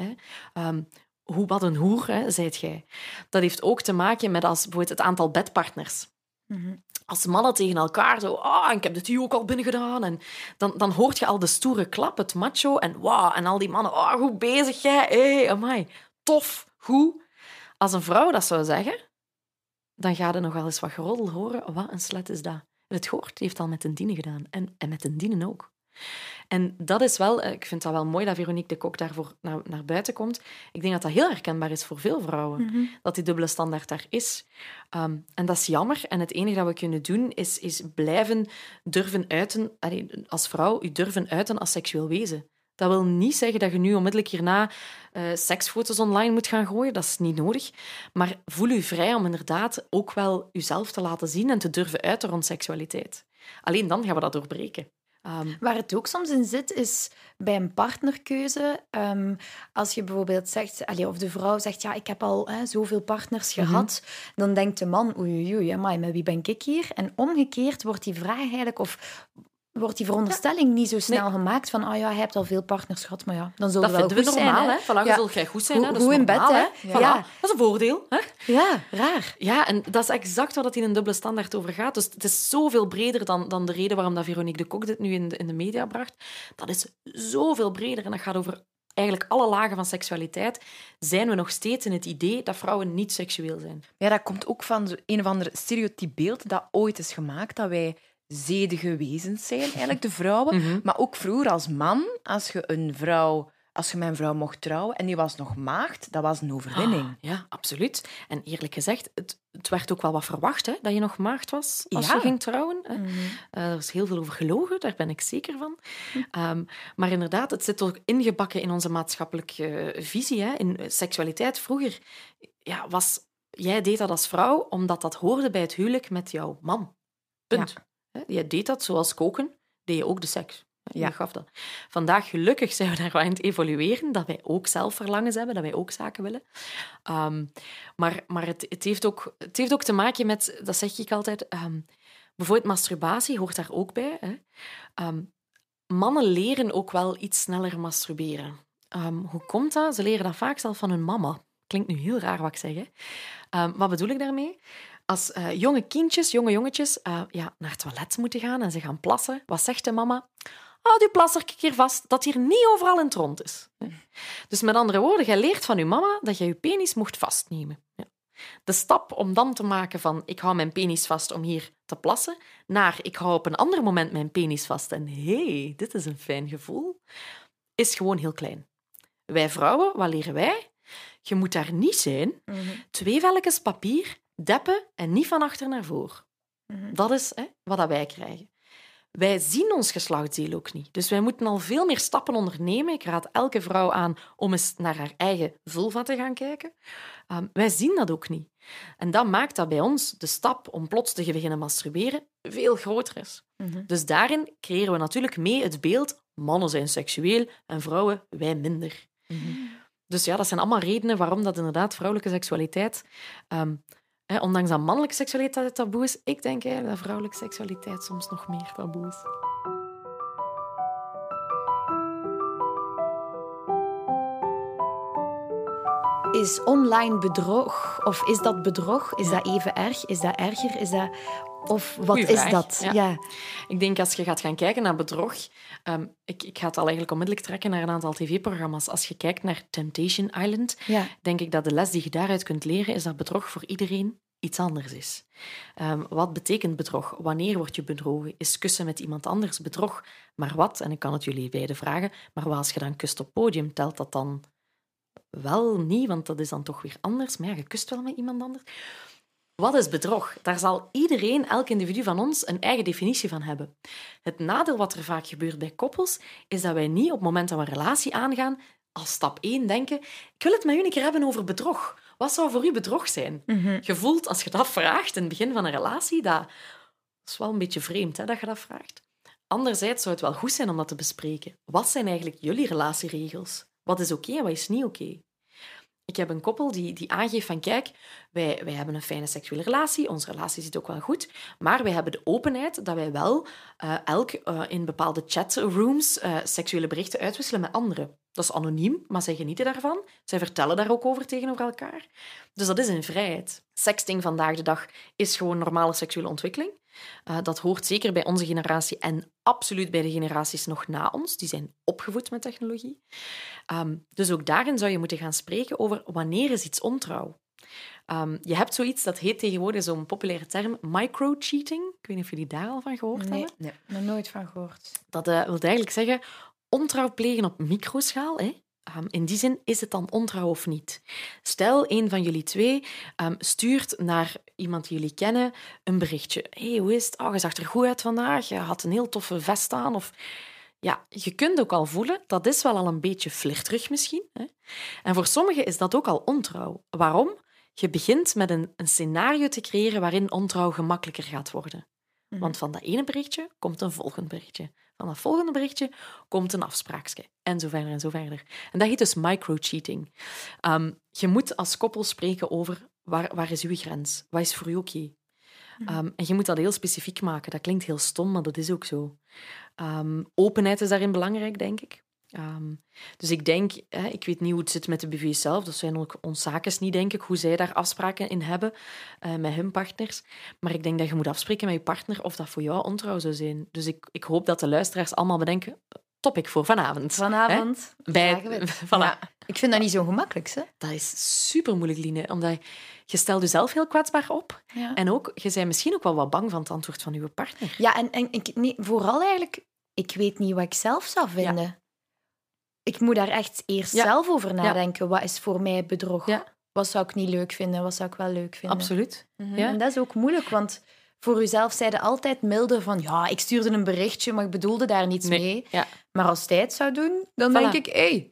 Wat een hoer, zijt jij. Dat heeft ook te maken met bijvoorbeeld het aantal bedpartners. Mm-hmm. Als mannen tegen elkaar zo... ik heb dit hier ook al binnen gedaan. En dan hoort je al de stoere klap, het macho. En en al die mannen... goed bezig jij. Hey, amai. Tof. Goed. Als een vrouw dat zou zeggen, dan ga je nog wel eens wat geroddel horen. Wat een slet is dat. Het hoort, heeft al met een dienen gedaan. En met een dienen ook. En dat is wel... Ik vind dat wel mooi dat Veronique de Kock daarvoor naar buiten komt. Ik denk dat dat heel herkenbaar is voor veel vrouwen. Mm-hmm. Dat die dubbele standaard daar is. En dat is jammer. En het enige dat we kunnen doen, is blijven durven uiten... als vrouw, je durven uiten als seksueel wezen. Dat wil niet zeggen dat je nu onmiddellijk hierna seksfoto's online moet gaan gooien. Dat is niet nodig. Maar voel je vrij om inderdaad ook wel jezelf te laten zien en te durven uiten rond seksualiteit. Alleen dan gaan we dat doorbreken. Waar het ook soms in zit, is bij een partnerkeuze. Als je bijvoorbeeld zegt, of de vrouw zegt, ja, ik heb al zoveel partners gehad, dan denkt de man, oei, amai, met wie ben ik hier? En omgekeerd wordt die vraag eigenlijk, of wordt die veronderstelling niet zo snel gemaakt van, hij hebt al veel partners gehad, maar ja, dan zal het wel goed zijn. Dat vinden we normaal, hè? Voilà, zul jij goed zijn, hè? Dat is goed in normaal, bed, hè? Voilà. Ja. Dat is een voordeel, hè? Ja, raar. Ja, en dat is exact waar het in een dubbele standaard over gaat. Dus het is zoveel breder dan de reden waarom dat Veronique de Kock dit nu in de media bracht. Dat is zoveel breder en dat gaat over eigenlijk alle lagen van seksualiteit. Zijn we nog steeds in het idee dat vrouwen niet seksueel zijn? Ja, dat komt ook van een of ander stereotyp beeld dat ooit is gemaakt, dat wij zedige wezens zijn, eigenlijk de vrouwen. Mm-hmm. Maar ook vroeger als man, als je met een vrouw mocht trouwen en die was nog maagd, dat was een overwinning. Ja, absoluut. En eerlijk gezegd, het werd ook wel wat verwacht, hè, dat je nog maagd was als je ging trouwen. Mm-hmm. Er is heel veel over gelogen, daar ben ik zeker van. Maar inderdaad, het zit ook ingebakken in onze maatschappelijke visie. Hè. In seksualiteit vroeger jij deed dat als vrouw omdat dat hoorde bij het huwelijk met jouw man. Punt. Ja. Je deed dat, zoals koken, deed je ook de seks. Je gaf dat. Vandaag, gelukkig, zijn we daar wel aan het evolueren, dat wij ook zelf verlangens hebben, dat wij ook zaken willen. Maar het heeft ook te maken met, dat zeg ik altijd, bijvoorbeeld masturbatie hoort daar ook bij. Hè. Mannen leren ook wel iets sneller masturberen. Hoe komt dat? Ze leren dat vaak zelf van hun mama. Klinkt nu heel raar wat ik zeg. Hè. Wat bedoel ik daarmee? Als jonge kindjes, jonge jongetjes, naar het toilet moeten gaan en ze gaan plassen, wat zegt de mama? Houd je plasser een keer vast, dat hier niet overal in het rond is. Dus met andere woorden, jij leert van je mama dat je je penis mocht vastnemen. De stap om dan te maken van ik hou mijn penis vast om hier te plassen, naar ik hou op een ander moment mijn penis vast en dit is een fijn gevoel, is gewoon heel klein. Wij vrouwen, wat leren wij? Je moet daar niet zijn. 2 velletjes papier, deppen en niet van achter naar voor. Dat is wat wij krijgen. Wij zien ons geslachtsdeel ook niet. Dus wij moeten al veel meer stappen ondernemen. Ik raad elke vrouw aan om eens naar haar eigen vulva te gaan kijken. Wij zien dat ook niet. En dat maakt dat bij ons de stap om plots te beginnen masturberen veel groter is. Dus daarin creëren we natuurlijk mee het beeld mannen zijn seksueel en vrouwen, wij minder. Dus ja, dat zijn allemaal redenen waarom dat inderdaad vrouwelijke seksualiteit... ondanks dat mannelijke seksualiteit taboe is, ik denk eigenlijk dat vrouwelijke seksualiteit soms nog meer taboe is. Is online bedrog, of is dat bedrog? Is dat even erg? Is dat erger? Is dat... Of wat is dat? Ja. Ik denk, als je gaat gaan kijken naar bedrog... Ik ga het al eigenlijk onmiddellijk trekken naar een aantal tv-programma's. Als je kijkt naar Temptation Island, denk ik dat de les die je daaruit kunt leren, is dat bedrog voor iedereen iets anders is. Wat betekent bedrog? Wanneer word je bedrogen? Is kussen met iemand anders bedrog? Maar wat? En ik kan het jullie beiden vragen, maar wat als je dan kust op podium, telt dat dan wel niet, want dat is dan toch weer anders. Maar ja, je kust wel met iemand anders. Wat is bedrog? Daar zal iedereen, elk individu van ons, een eigen definitie van hebben. Het nadeel wat er vaak gebeurt bij koppels, is dat wij niet op het moment dat we een relatie aangaan, als stap 1 denken, ik wil het met u een keer hebben over bedrog. Wat zou voor u bedrog zijn? Je voelt, als je dat vraagt in het begin van een relatie, dat is wel een beetje vreemd hè, dat je dat vraagt. Anderzijds zou het wel goed zijn om dat te bespreken. Wat zijn eigenlijk jullie relatieregels? Wat is oké en wat is niet oké? Ik heb een koppel die aangeeft van kijk, wij hebben een fijne seksuele relatie, onze relatie zit ook wel goed, maar wij hebben de openheid dat wij wel in bepaalde chatrooms seksuele berichten uitwisselen met anderen. Dat is anoniem, maar zij genieten daarvan. Zij vertellen daar ook over tegenover elkaar. Dus dat is een vrijheid. Sexting vandaag de dag is gewoon normale seksuele ontwikkeling. Dat hoort zeker bij onze generatie en absoluut bij de generaties nog na ons. Die zijn opgevoed met technologie. Dus ook daarin zou je moeten gaan spreken over wanneer is iets ontrouw. Je hebt zoiets, dat heet tegenwoordig zo'n populaire term, microcheating. Ik weet niet of jullie daar al van gehoord hebben. Nee, nog nooit van gehoord. Dat wil eigenlijk zeggen ontrouw plegen op microschaal. Hè? In die zin is het dan ontrouw of niet. Stel, een van jullie twee stuurt naar iemand die jullie kennen een berichtje. Hey, hoe is het? Oh, je zag er goed uit vandaag. Je had een heel toffe vest aan. Of... Ja, je kunt ook al voelen, dat is wel al een beetje flirterig misschien. Hè? En voor sommigen is dat ook al ontrouw. Waarom? Je begint met een scenario te creëren waarin ontrouw gemakkelijker gaat worden. Want van dat ene berichtje komt een volgend berichtje. Van dat volgende berichtje komt een afspraakje. En zo verder en zo verder. En dat heet dus microcheating. Je moet als koppel spreken over waar is uw grens? Wat is voor u oké? En je moet dat heel specifiek maken. Dat klinkt heel stom, maar dat is ook zo. Openheid is daarin belangrijk, denk ik. Dus ik denk, ik weet niet hoe het zit met de BV zelf, dat zijn ook ons zakens niet, denk ik, hoe zij daar afspraken in hebben met hun partners. Maar ik denk dat je moet afspreken met je partner of dat voor jou ontrouw zou zijn. Dus ik hoop dat de luisteraars allemaal bedenken, topic voor vanavond. Vanavond. Voilà. Ja, ik vind dat niet zo gemakkelijk, hè? Dat is super moeilijk, Line, omdat je stelt jezelf heel kwetsbaar op. Ja. En ook, je bent misschien ook wel wat bang van het antwoord van je partner. Ja, en vooral eigenlijk, ik weet niet wat ik zelf zou vinden. Ja. Ik moet daar echt eerst zelf over nadenken. Ja. Wat is voor mij bedrog? Ja. Wat zou ik niet leuk vinden? Wat zou ik wel leuk vinden? Absoluut. Ja. En dat is ook moeilijk, want voor jezelf zei je altijd milder van ja, ik stuurde een berichtje, maar ik bedoelde daar niets mee. Ja. Maar als hij het zou doen, dan denk ik,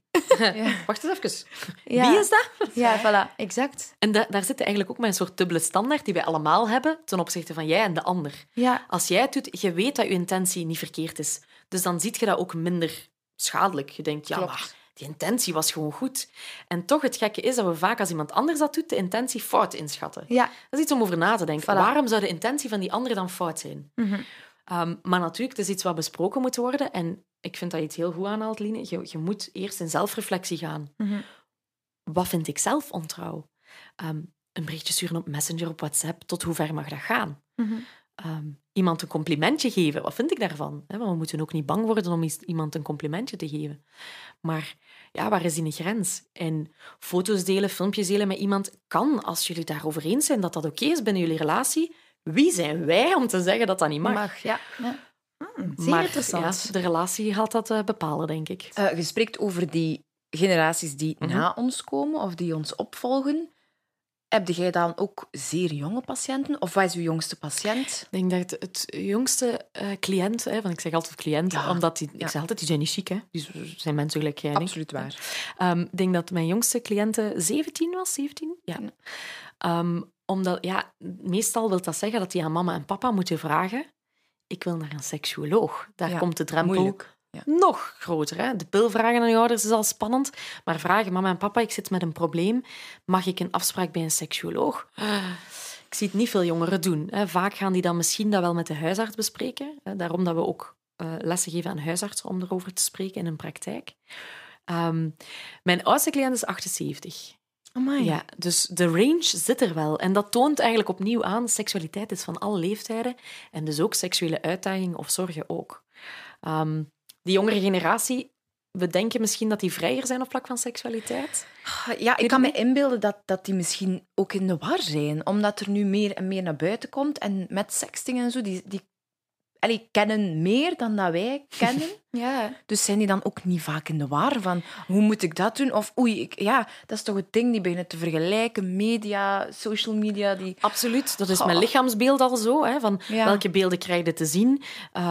wacht eens even. Ja. Wie is dat? Ja, voilà, exact. En daar zit eigenlijk ook met een soort dubbele standaard die wij allemaal hebben ten opzichte van jij en de ander. Ja. Als jij het doet, je weet dat je intentie niet verkeerd is. Dus dan zie je dat ook minder schadelijk. Je denkt, ja, maar die intentie was gewoon goed. En toch, het gekke is dat we vaak, als iemand anders dat doet, de intentie fout inschatten. Ja. Dat is iets om over na te denken. Voilà. Waarom zou de intentie van die ander dan fout zijn? Mm-hmm. Maar natuurlijk, het is iets wat besproken moet worden. En ik vind dat je het heel goed aanhaalt, Line. Je moet eerst in zelfreflectie gaan. Mm-hmm. Wat vind ik zelf ontrouw? Een berichtje sturen op Messenger, op WhatsApp, tot hoe ver mag dat gaan? Mm-hmm. Iemand een complimentje geven, wat vind ik daarvan? Want we moeten ook niet bang worden om iemand een complimentje te geven. Maar ja, waar is die grens? En foto's delen, filmpjes delen met iemand kan, als jullie daarover eens zijn dat dat oké is binnen jullie relatie. Wie zijn wij om te zeggen dat dat niet mag? Ja. Zeer interessant. Ja, de relatie gaat dat bepalen, denk ik. Je spreekt over die generaties die na ons komen of die ons opvolgen. Heb jij dan ook zeer jonge patiënten? Of wat is uw jongste patiënt? Ik denk dat het jongste cliënt... want ik zeg altijd cliënt, omdat ik zeg altijd, die zijn niet chic. Hè? Die zijn mensen gelijk jij. Absoluut waar. Ik denk dat mijn jongste cliënte 17 was. 17? Ja. Omdat, meestal wil dat zeggen dat die aan mama en papa moeten vragen. Ik wil naar een seksuoloog. Daar komt de drempel... Moeilijk. Ja. Nog groter. Hè? De pil vragen aan je ouders is al spannend. Maar vragen, mama en papa, ik zit met een probleem. Mag ik een afspraak bij een seksuoloog? Ik zie het niet veel jongeren doen. Hè? Vaak gaan die dan misschien dat wel met de huisarts bespreken. Daarom dat we ook lessen geven aan huisartsen om erover te spreken in een praktijk. Mijn oudste cliënt is 78. Amai. Ja, dus de range zit er wel. En dat toont eigenlijk opnieuw aan, seksualiteit is van alle leeftijden. En dus ook seksuele uitdagingen of zorgen ook. Die jongere generatie, we denken misschien dat die vrijer zijn op vlak van seksualiteit. Ja, ik kan me inbeelden dat die misschien ook in de war zijn. Omdat er nu meer en meer naar buiten komt. En met sexting en zo, die kennen meer dan dat wij kennen. Ja. Dus zijn die dan ook niet vaak in de war van hoe moet ik dat doen? Of dat is toch het ding, die beginnen te vergelijken. Media, social media. Absoluut, dat is mijn lichaamsbeeld al zo. Hè, van welke beelden krijg je te zien?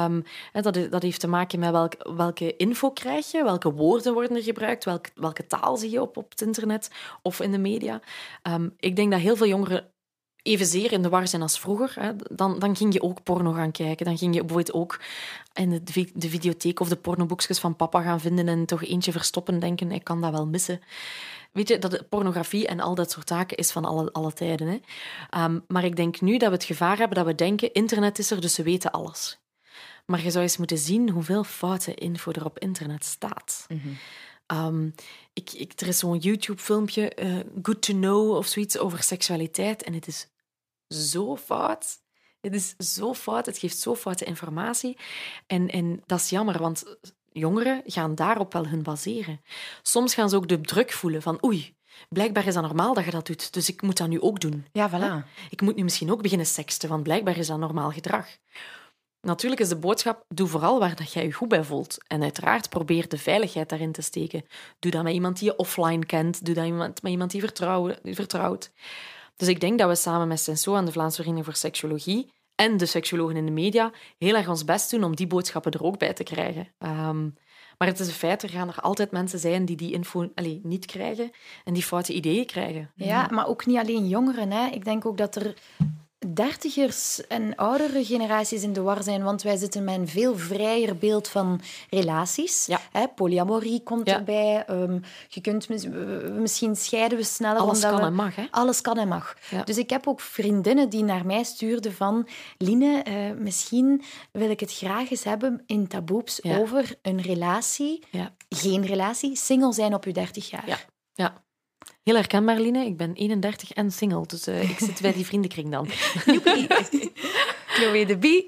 Dat heeft te maken met welke info krijg je, welke woorden worden er gebruikt, welke taal zie je op het internet of in de media. Ik denk dat heel veel jongeren evenzeer in de war zijn als vroeger. Hè. Dan ging je ook porno gaan kijken. Dan ging je bijvoorbeeld ook in de videotheek of de pornoboekjes van papa gaan vinden en toch eentje verstoppen, denken, ik kan dat wel missen. Weet je, dat pornografie en al dat soort zaken is van alle tijden. Hè. Maar ik denk nu dat we het gevaar hebben dat we denken, internet is er, dus ze weten alles. Maar je zou eens moeten zien hoeveel foute info er op internet staat. Mm-hmm. Er is zo'n YouTube-filmpje, Good to Know of zoiets, over seksualiteit. En het is zo fout. Het is zo fout. Het geeft zo foute informatie. En dat is jammer, want jongeren gaan daarop wel hun baseren. Soms gaan ze ook de druk voelen van oei, blijkbaar is dat normaal dat je dat doet, dus ik moet dat nu ook doen. Ja, voilà. Ik moet nu misschien ook beginnen seksten, want blijkbaar is dat normaal gedrag. Natuurlijk is de boodschap, doe vooral waar dat jij je goed bij voelt. En uiteraard probeer de veiligheid daarin te steken. Doe dat met iemand die je offline kent. Doe dat met iemand die vertrouwt. Dus ik denk dat we samen met Senso en de Vlaamse Vereniging voor Seksuologie en de seksuologen in de media heel erg ons best doen om die boodschappen er ook bij te krijgen. Maar het is een feit, er gaan er altijd mensen zijn die info niet krijgen en die foute ideeën krijgen. Ja, maar ook niet alleen jongeren. Hè. Ik denk ook dat er dertigers en oudere generaties in de war zijn, want wij zitten met een veel vrijer beeld van relaties. Ja. Hè, polyamorie komt erbij. Je kunt misschien scheiden we sneller. Alles kan en mag. Hè? Alles kan en mag. Ja. Dus ik heb ook vriendinnen die naar mij stuurden van Line, misschien wil ik het graag eens hebben in taboes over een relatie, geen relatie, single zijn op je 30 jaar. Ja. Heel herkenbaar, Line. Ik ben 31 en single, dus ik zit bij die vriendenkring dan. Chloe de Bie,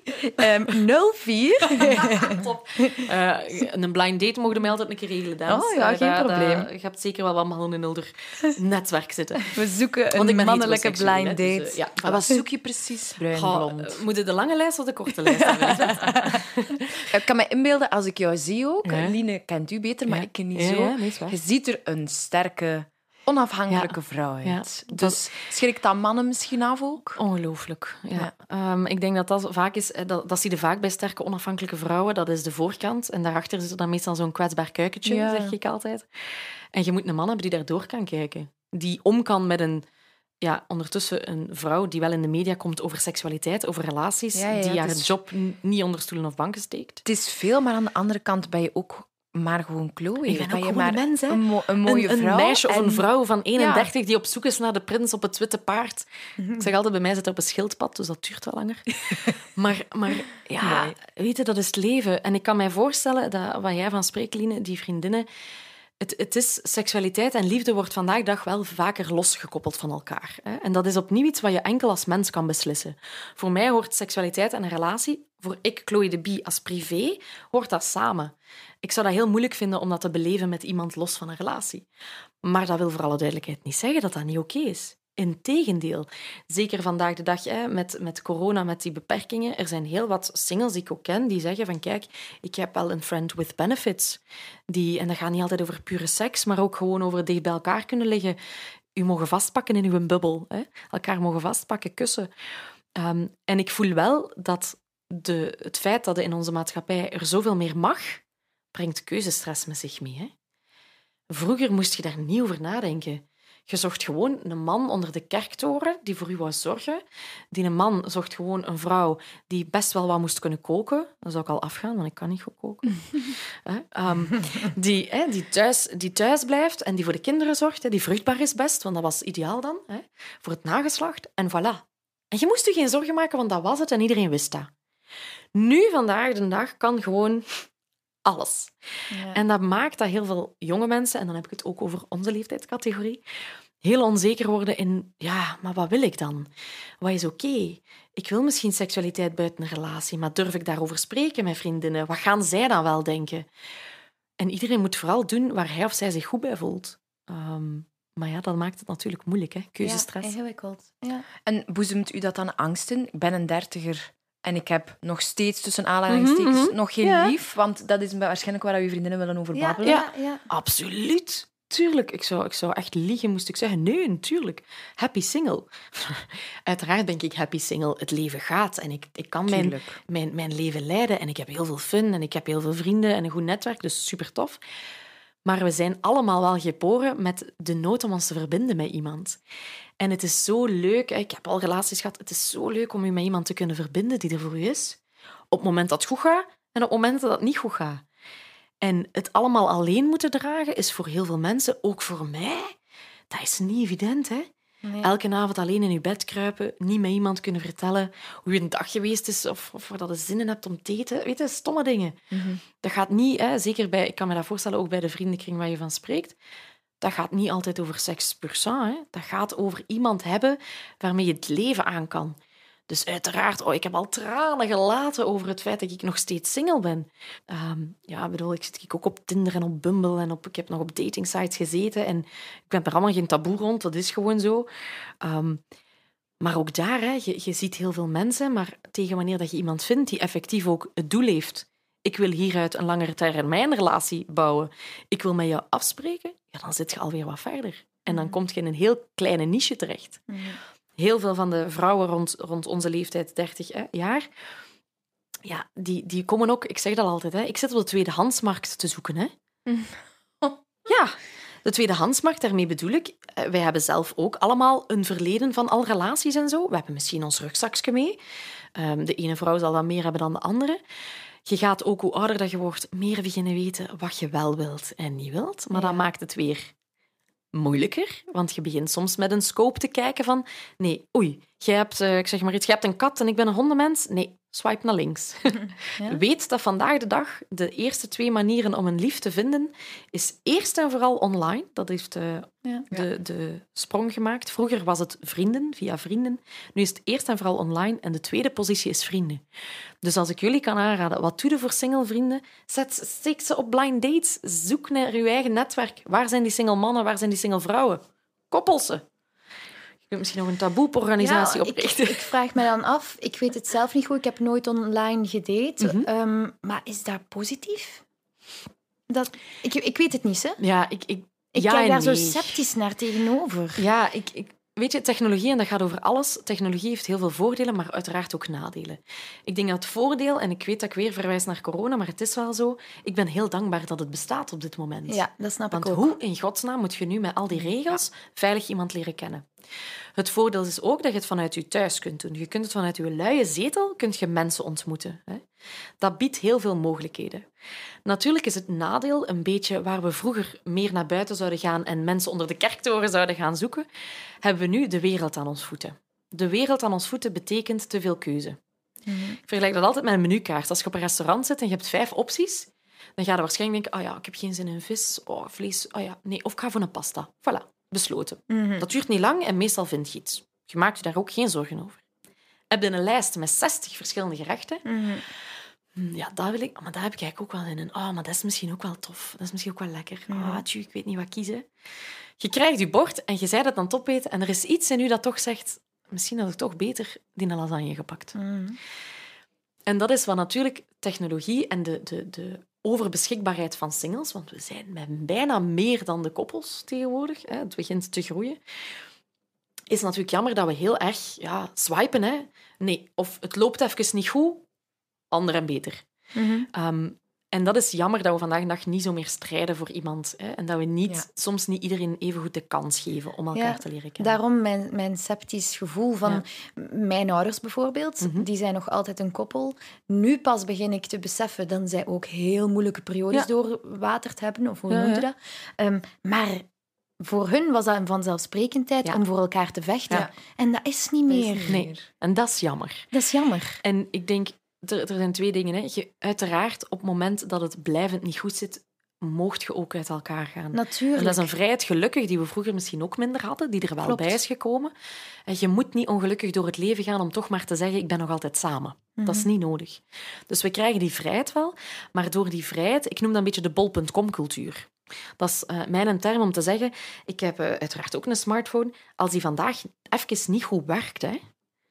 04. Top. Een blind date mogen we altijd een keer regelen, dames. Oh ja, geen probleem. Je hebt zeker wel wat mannen in Ulder netwerk zitten. We zoeken Want ik een ben mannelijke heteroseksueel, blind hè, date. dus, voilà. Maar wat zoek je precies? Bruin, blond? Moet je de lange lijst of de korte lijst hebben? Ik kan me inbeelden, als ik jou zie ook... Line kent u beter, maar ik ken niet zo. Ja, nee, is waar. Je ziet er een sterke, onafhankelijke vrouw uit. Ja, Dus schrikt dat mannen misschien af ook? Ongelooflijk, ja. Ik denk dat vaak is... Dat zie je vaak bij sterke, onafhankelijke vrouwen. Dat is de voorkant. En daarachter zit er dan meestal zo'n kwetsbaar kuikentje, zeg ik altijd. En je moet een man hebben die daardoor kan kijken. Die om kan met ondertussen een vrouw die wel in de media komt over seksualiteit, over relaties, die haar job niet onder stoelen of banken steekt. Het is veel, maar aan de andere kant ben je ook maar gewoon Chloe. Ik ben ook je gewoon maar een mens, hè. Een mooie vrouw. Een meisje of een vrouw van 31 die op zoek is naar de prins op het witte paard. Ik zeg altijd, bij mij zit er op een schildpad, dus dat duurt wel langer. maar weet je, dat is het leven. En ik kan mij voorstellen, dat wat jij van spreekt, Line, die vriendinnen... Het is seksualiteit en liefde wordt vandaag de dag wel vaker losgekoppeld van elkaar. Hè? En dat is opnieuw iets wat je enkel als mens kan beslissen. Voor mij hoort seksualiteit en een relatie, voor ik, Chloe de Bie, als privé, hoort dat samen. Ik zou dat heel moeilijk vinden om dat te beleven met iemand los van een relatie. Maar dat wil voor alle duidelijkheid niet zeggen dat dat niet oké is. Integendeel. Zeker vandaag de dag met corona, met die beperkingen. Er zijn heel wat singles die ik ook ken die zeggen van kijk, ik heb wel een friend with benefits. En dat gaat niet altijd over pure seks, maar ook gewoon over dicht bij elkaar kunnen liggen. U mogen vastpakken in uw bubbel. Hè? Elkaar mogen vastpakken, kussen. En ik voel wel dat het feit dat in onze maatschappij er zoveel meer mag, brengt keuzestress met zich mee. Hè? Vroeger moest je daar niet over nadenken. Je zocht gewoon een man onder de kerktoren die voor u wou zorgen. Die een man zocht gewoon een vrouw die best wel wat moest kunnen koken. Dan zou ik al afgaan, want ik kan niet goed koken. Die thuis blijft en die voor de kinderen zorgt. Die vruchtbaar is best, want dat was ideaal dan. Voor het nageslacht. En voilà. En je moest je geen zorgen maken, want dat was het en iedereen wist dat. Nu, vandaag de dag, kan gewoon... alles. Ja. En dat maakt dat heel veel jonge mensen, en dan heb ik het ook over onze leeftijdscategorie, heel onzeker worden in, maar wat wil ik dan? Wat is oké? Ik wil misschien seksualiteit buiten een relatie, maar durf ik daarover spreken met vriendinnen? Wat gaan zij dan wel denken? En iedereen moet vooral doen waar hij of zij zich goed bij voelt. Maar dat maakt het natuurlijk moeilijk, hè? Keuzestress. Ja, ingewikkeld. Ja. En boezemt u dat dan angst in? Ik ben een 30er. En ik heb nog steeds tussen aanhalingstekens nog geen lief. Want dat is waarschijnlijk waar je vriendinnen willen over babbelen. Ja. Absoluut. Tuurlijk. Ik zou echt liegen, moest ik zeggen. Nee, natuurlijk. Happy single. Uiteraard denk ik happy single. Het leven gaat. En ik kan mijn leven leiden. En ik heb heel veel fun. En ik heb heel veel vrienden en een goed netwerk. Dus super tof. Maar we zijn allemaal wel geboren met de nood om ons te verbinden met iemand. En het is zo leuk. Ik heb al relaties gehad. Het is zo leuk om je met iemand te kunnen verbinden die er voor je is. Op het moment dat het goed gaat en op momenten dat het niet goed gaat. En het allemaal alleen moeten dragen is voor heel veel mensen, ook voor mij, dat is niet evident, hè? Nee. Elke avond alleen in je bed kruipen, niet met iemand kunnen vertellen hoe je een dag geweest is of waar dat je zin in hebt om te eten. Weet je, stomme dingen. Mm-hmm. Dat gaat niet, hè, zeker bij, ik kan me dat voorstellen, ook bij de vriendenkring waar je van spreekt, dat gaat niet altijd over seks pur sang, hè? Dat gaat over iemand hebben waarmee je het leven aan kan. Dus uiteraard, ik heb al tranen gelaten over het feit dat ik nog steeds single ben. Ik zit ook op Tinder en op Bumble en ik heb nog op datingsites gezeten en ik ben er allemaal geen taboe rond, dat is gewoon zo. Maar ook daar, hè, je ziet heel veel mensen, maar tegen wanneer dat je iemand vindt die effectief ook het doel heeft, ik wil hieruit een langere termijn relatie bouwen, ik wil met jou afspreken, ja, dan zit je alweer wat verder. En dan kom je in een heel kleine niche terecht. Mm. Heel veel van de vrouwen rond onze leeftijd, 30 jaar, ja, die komen ook, ik zeg dat altijd, hè, ik zit op de tweedehandsmarkt te zoeken. Hè. Ja, de tweedehandsmarkt, daarmee bedoel ik, wij hebben zelf ook allemaal een verleden van al relaties en zo. We hebben misschien ons rugzakje mee. De ene vrouw zal dat meer hebben dan de andere. Je gaat ook, hoe ouder dat je wordt, meer beginnen weten wat je wel wilt en niet wilt. Maar dat maakt het weer moeilijker, want je begint soms met een scope te kijken van nee, jij hebt, ik zeg maar iets, jij hebt een kat en ik ben een hondenmens. Nee, swipe naar links. Ja. Weet dat vandaag de dag de eerste 2 manieren om een lief te vinden is eerst en vooral online. Dat heeft de sprong gemaakt. Vroeger was het vrienden, via vrienden. Nu is het eerst en vooral online en de tweede positie is vrienden. Dus als ik jullie kan aanraden, wat doe je voor single vrienden? Steek ze op blind dates. Zoek naar je eigen netwerk. Waar zijn die single mannen? Waar zijn die single vrouwen? Koppel ze. Je kunt misschien nog een taboe-organisatie oprichten. Ik vraag me dan af, ik weet het zelf niet goed, ik heb nooit online gedate, maar is dat positief? Ik weet het niet, hè? Ja, ik kijk daar zo sceptisch naar tegenover. Ja, weet je, technologie, en dat gaat over alles, technologie heeft heel veel voordelen, maar uiteraard ook nadelen. Ik denk dat het voordeel, en ik weet dat ik weer verwijs naar corona, maar het is wel zo, ik ben heel dankbaar dat het bestaat op dit moment. Ja, dat snap ik ook. Want hoe in godsnaam moet je nu met al die regels veilig iemand leren kennen? Het voordeel is ook dat je het vanuit je thuis kunt doen. Je kunt het vanuit je luie zetel, kunt je mensen ontmoeten. Hè? Dat biedt heel veel mogelijkheden. Natuurlijk is het nadeel een beetje waar we vroeger meer naar buiten zouden gaan en mensen onder de kerktoren zouden gaan zoeken, hebben we nu de wereld aan ons voeten. De wereld aan ons voeten betekent te veel keuze. Mm-hmm. Ik vergelijk dat altijd met een menukaart. Als je op een restaurant zit en je hebt 5 opties, dan ga je waarschijnlijk denken, ik heb geen zin in vis, vlees, nee, of ik ga voor een pasta. Voilà. Besloten. Mm-hmm. Dat duurt niet lang en meestal vind je iets. Je maakt je daar ook geen zorgen over. Heb je een lijst met 60 verschillende gerechten? Mm-hmm. Ja, dat wil ik. Maar daar heb ik eigenlijk ook wel in. Maar dat is misschien ook wel tof. Dat is misschien ook wel lekker. Mm-hmm. Ik weet niet wat kiezen. Je krijgt je bord en je zei dat aan het opeten en er is iets in u dat toch zegt, misschien had ik toch beter die lasagne gepakt. Mm-hmm. En dat is wat natuurlijk technologie en de overbeschikbaarheid van singles, want we zijn met bijna meer dan de koppels tegenwoordig, hè, het begint te groeien, is natuurlijk jammer dat we heel erg swipen. Hè. Nee, of het loopt even niet goed, ander en beter. Mm-hmm. En dat is jammer dat we vandaag de dag niet zo meer strijden voor iemand. Hè, en dat we soms niet iedereen even goed de kans geven om elkaar te leren kennen. Daarom mijn sceptisch gevoel van mijn ouders bijvoorbeeld. Mm-hmm. Die zijn nog altijd een koppel. Nu pas begin ik te beseffen dat zij ook heel moeilijke periodes doorwaterd hebben. Of hoe noem je dat? Maar voor hun was dat een vanzelfsprekendheid om voor elkaar te vechten. Ja. En dat is niet meer. Nee, en dat is jammer. Dat is jammer. En ik denk, er zijn 2 dingen. Hè. Uiteraard, op het moment dat het blijvend niet goed zit, moogt je ook uit elkaar gaan. Natuurlijk. En dat is een vrijheid, gelukkig, die we vroeger misschien ook minder hadden, die er wel bij is gekomen. En je moet niet ongelukkig door het leven gaan om toch maar te zeggen, ik ben nog altijd samen. Mm-hmm. Dat is niet nodig. Dus we krijgen die vrijheid wel, maar door die vrijheid, ik noem dat een beetje de bol.com-cultuur. Dat is mijn term om te zeggen, ik heb uiteraard ook een smartphone. Als die vandaag even niet goed werkt, hè,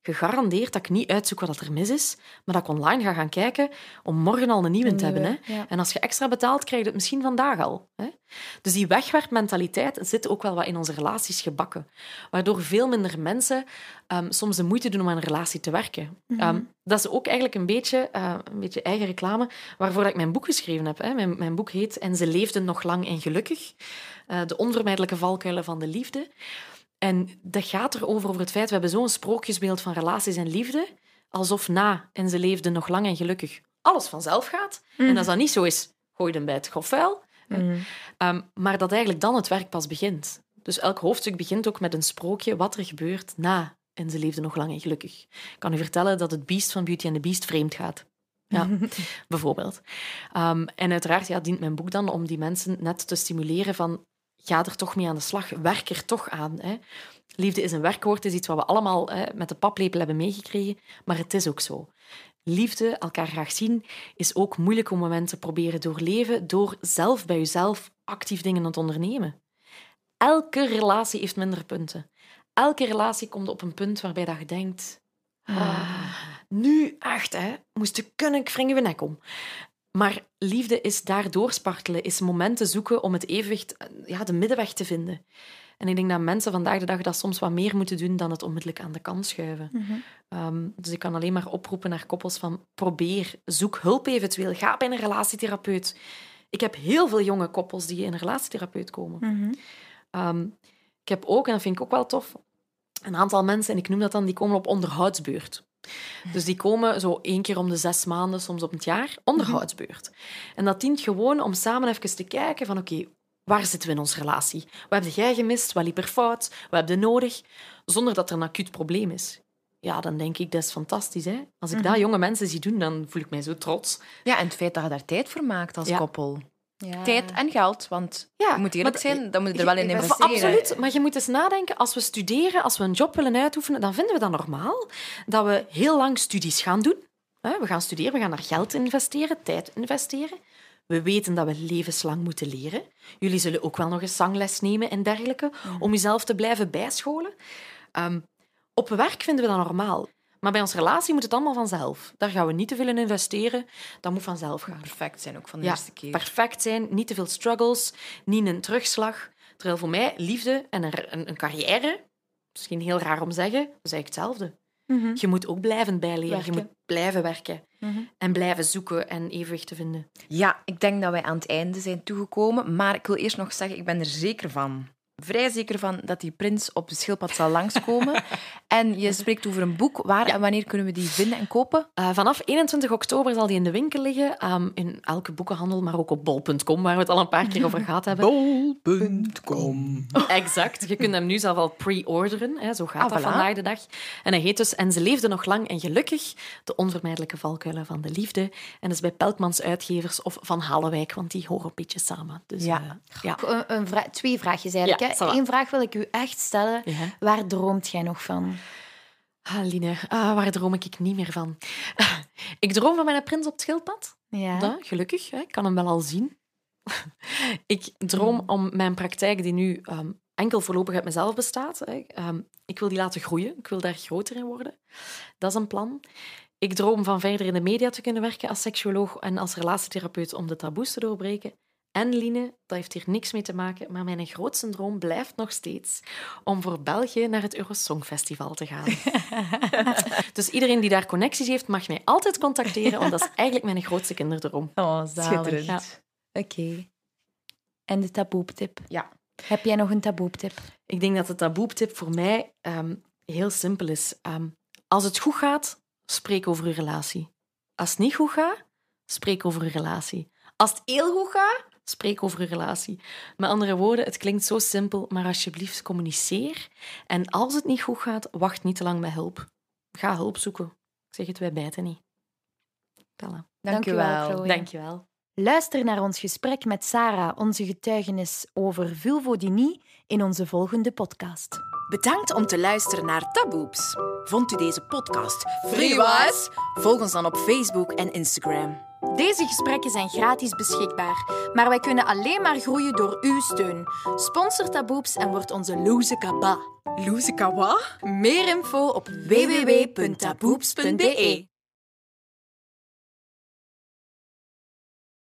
gegarandeerd dat ik niet uitzoek wat er mis is, maar dat ik online ga gaan kijken om morgen al een nieuwe te hebben. Hè? Ja. En als je extra betaalt, krijg je het misschien vandaag al. Hè? Dus die wegwerpmentaliteit zit ook wel wat in onze relaties gebakken. Waardoor veel minder mensen soms de moeite doen om aan een relatie te werken. Dat is ook eigenlijk een beetje eigen reclame waarvoor dat ik mijn boek geschreven heb. Hè? Mijn boek heet En ze leefden nog lang en gelukkig. De onvermijdelijke valkuilen van de liefde. En dat gaat erover over het feit, we hebben zo'n sprookjesbeeld van relaties en liefde, alsof na En ze leefden nog lang en gelukkig alles vanzelf gaat. En als dat niet zo is, gooi je hem bij het grofvuil. Maar dat eigenlijk dan het werk pas begint. Dus elk hoofdstuk begint ook met een sprookje wat er gebeurt na En ze leefden nog lang en gelukkig. Ik kan u vertellen dat het beest van Beauty and the Beast vreemd gaat. Ja, bijvoorbeeld. En uiteraard dient mijn boek dan om die mensen net te stimuleren van ga er toch mee aan de slag, werk er toch aan. Hè. Liefde is een werkwoord, is iets wat we allemaal met de paplepel hebben meegekregen, maar het is ook zo. Liefde, elkaar graag zien, is ook moeilijke momenten proberen doorleven door zelf bij jezelf actief dingen te ondernemen. Elke relatie heeft minder punten. Elke relatie komt op een punt waarbij dat je denkt... nu echt, hè, moest ik kunnen, ik wring je nek om. Maar liefde is daar doorspartelen, is momenten zoeken om het evenwicht, de middenweg te vinden. En ik denk dat mensen vandaag de dag dat soms wat meer moeten doen dan het onmiddellijk aan de kant schuiven. Dus ik kan alleen maar oproepen naar koppels van probeer, zoek hulp eventueel, ga bij een relatietherapeut. Ik heb heel veel jonge koppels die in een relatietherapeut komen. Ik heb ook, en dat vind ik ook wel tof, een aantal mensen, en ik noem dat dan, die komen op onderhoudsbeurt. Dus die komen zo 1 keer om de 6 maanden, soms op het jaar, onderhoudsbeurt. En dat dient gewoon om samen even te kijken van oké, waar zitten we in onze relatie? Wat heb jij gemist? Wat liep er fout? Wat heb je nodig? Zonder dat er een acuut probleem is. Ja, dan denk ik, dat is fantastisch. Hè? Als ik dat jonge mensen zie doen, dan voel ik mij zo trots. Ja, en het feit dat je daar tijd voor maakt als koppel. Ja. Tijd en geld, want je moet eerlijk zijn, dan moet je er wel in investeren. Absoluut, maar je moet eens nadenken, als we studeren, als we een job willen uitoefenen, dan vinden we dat normaal dat we heel lang studies gaan doen. We gaan studeren, we gaan daar geld investeren, tijd investeren. We weten dat we levenslang moeten leren. Jullie zullen ook wel nog eens zangles nemen en dergelijke, om jezelf te blijven bijscholen. Op werk vinden we dat normaal. Maar bij onze relatie moet het allemaal vanzelf. Daar gaan we niet te veel in investeren. Dat moet vanzelf gaan. Perfect zijn ook van de eerste keer. Perfect zijn. Niet te veel struggles. Niet een terugslag. Terwijl voor mij liefde en een carrière, misschien heel raar om te zeggen, dat is eigenlijk hetzelfde. Je moet ook blijven bijleren. Werken. Je moet blijven werken. En blijven zoeken en evenwicht te vinden. Ja, ik denk dat wij aan het einde zijn toegekomen. Maar ik wil eerst nog zeggen, ik ben er zeker van, vrij zeker van, dat die prins op de schildpad zal langskomen. En je spreekt over een boek. Waar en wanneer kunnen we die vinden en kopen? Vanaf 21 oktober zal die in de winkel liggen. In elke boekenhandel, maar ook op bol.com, waar we het al een paar keer over gehad hebben. Bol.com. Exact. Je kunt hem nu zelf al pre-orderen. Hè. Zo gaat dat voilà. vandaag de dag. En hij heet dus En ze leefden nog lang en gelukkig. De onvermijdelijke valkuilen van de liefde. En dat is bij Peltmans Uitgevers of Van Halewijk, want die horen een beetje samen. Dus, Ja. ja. 2 vraagjes eigenlijk. Ja, hè. ça va. 1 vraag wil ik u echt stellen. Ja. Waar droomt jij nog van? Line, waar droom ik niet meer van? Ik droom van mijn prins op het schildpad. Ja. Ja, gelukkig, hè. Ik kan hem wel al zien. Ik droom om mijn praktijk, die nu enkel voorlopig uit mezelf bestaat. Hè. Ik wil die laten groeien. Ik wil daar groter in worden. Dat is een plan. Ik droom van verder in de media te kunnen werken als seksuoloog en als relatietherapeut om de taboes te doorbreken. En Line, dat heeft hier niks mee te maken, maar mijn grootste droom blijft nog steeds om voor België naar het Eurosongfestival te gaan. Dus iedereen die daar connecties heeft, mag mij altijd contacteren, want dat is eigenlijk mijn grootste kinderdroom. Oh, zalig. Schitterend. Ja. Oké. En de taboe-tip? Ja. Heb jij nog een taboe-tip? Ik denk dat de taboe-tip voor mij heel simpel is. Als het goed gaat, spreek over uw relatie. Als het niet goed gaat, spreek over uw relatie. Als het heel goed gaat, spreek over uw relatie. Met andere woorden, het klinkt zo simpel, maar alsjeblieft, communiceer. En als het niet goed gaat, wacht niet te lang met hulp. Ga hulp zoeken. Ik zeg het, wij bijten niet. Voilà. Dank u wel. Chloe. Dank je wel. Luister naar ons gesprek met Sarah, onze getuigenis over vulvodynie, in onze volgende podcast. Bedankt om te luisteren naar Taboeps. Vond u deze podcast freewaas? Volg ons dan op Facebook en Instagram. Deze gesprekken zijn gratis beschikbaar, maar wij kunnen alleen maar groeien door uw steun. Sponsor Taboeps en word onze loze kaba. Loeze kawa? Meer info op www.taboeps.be.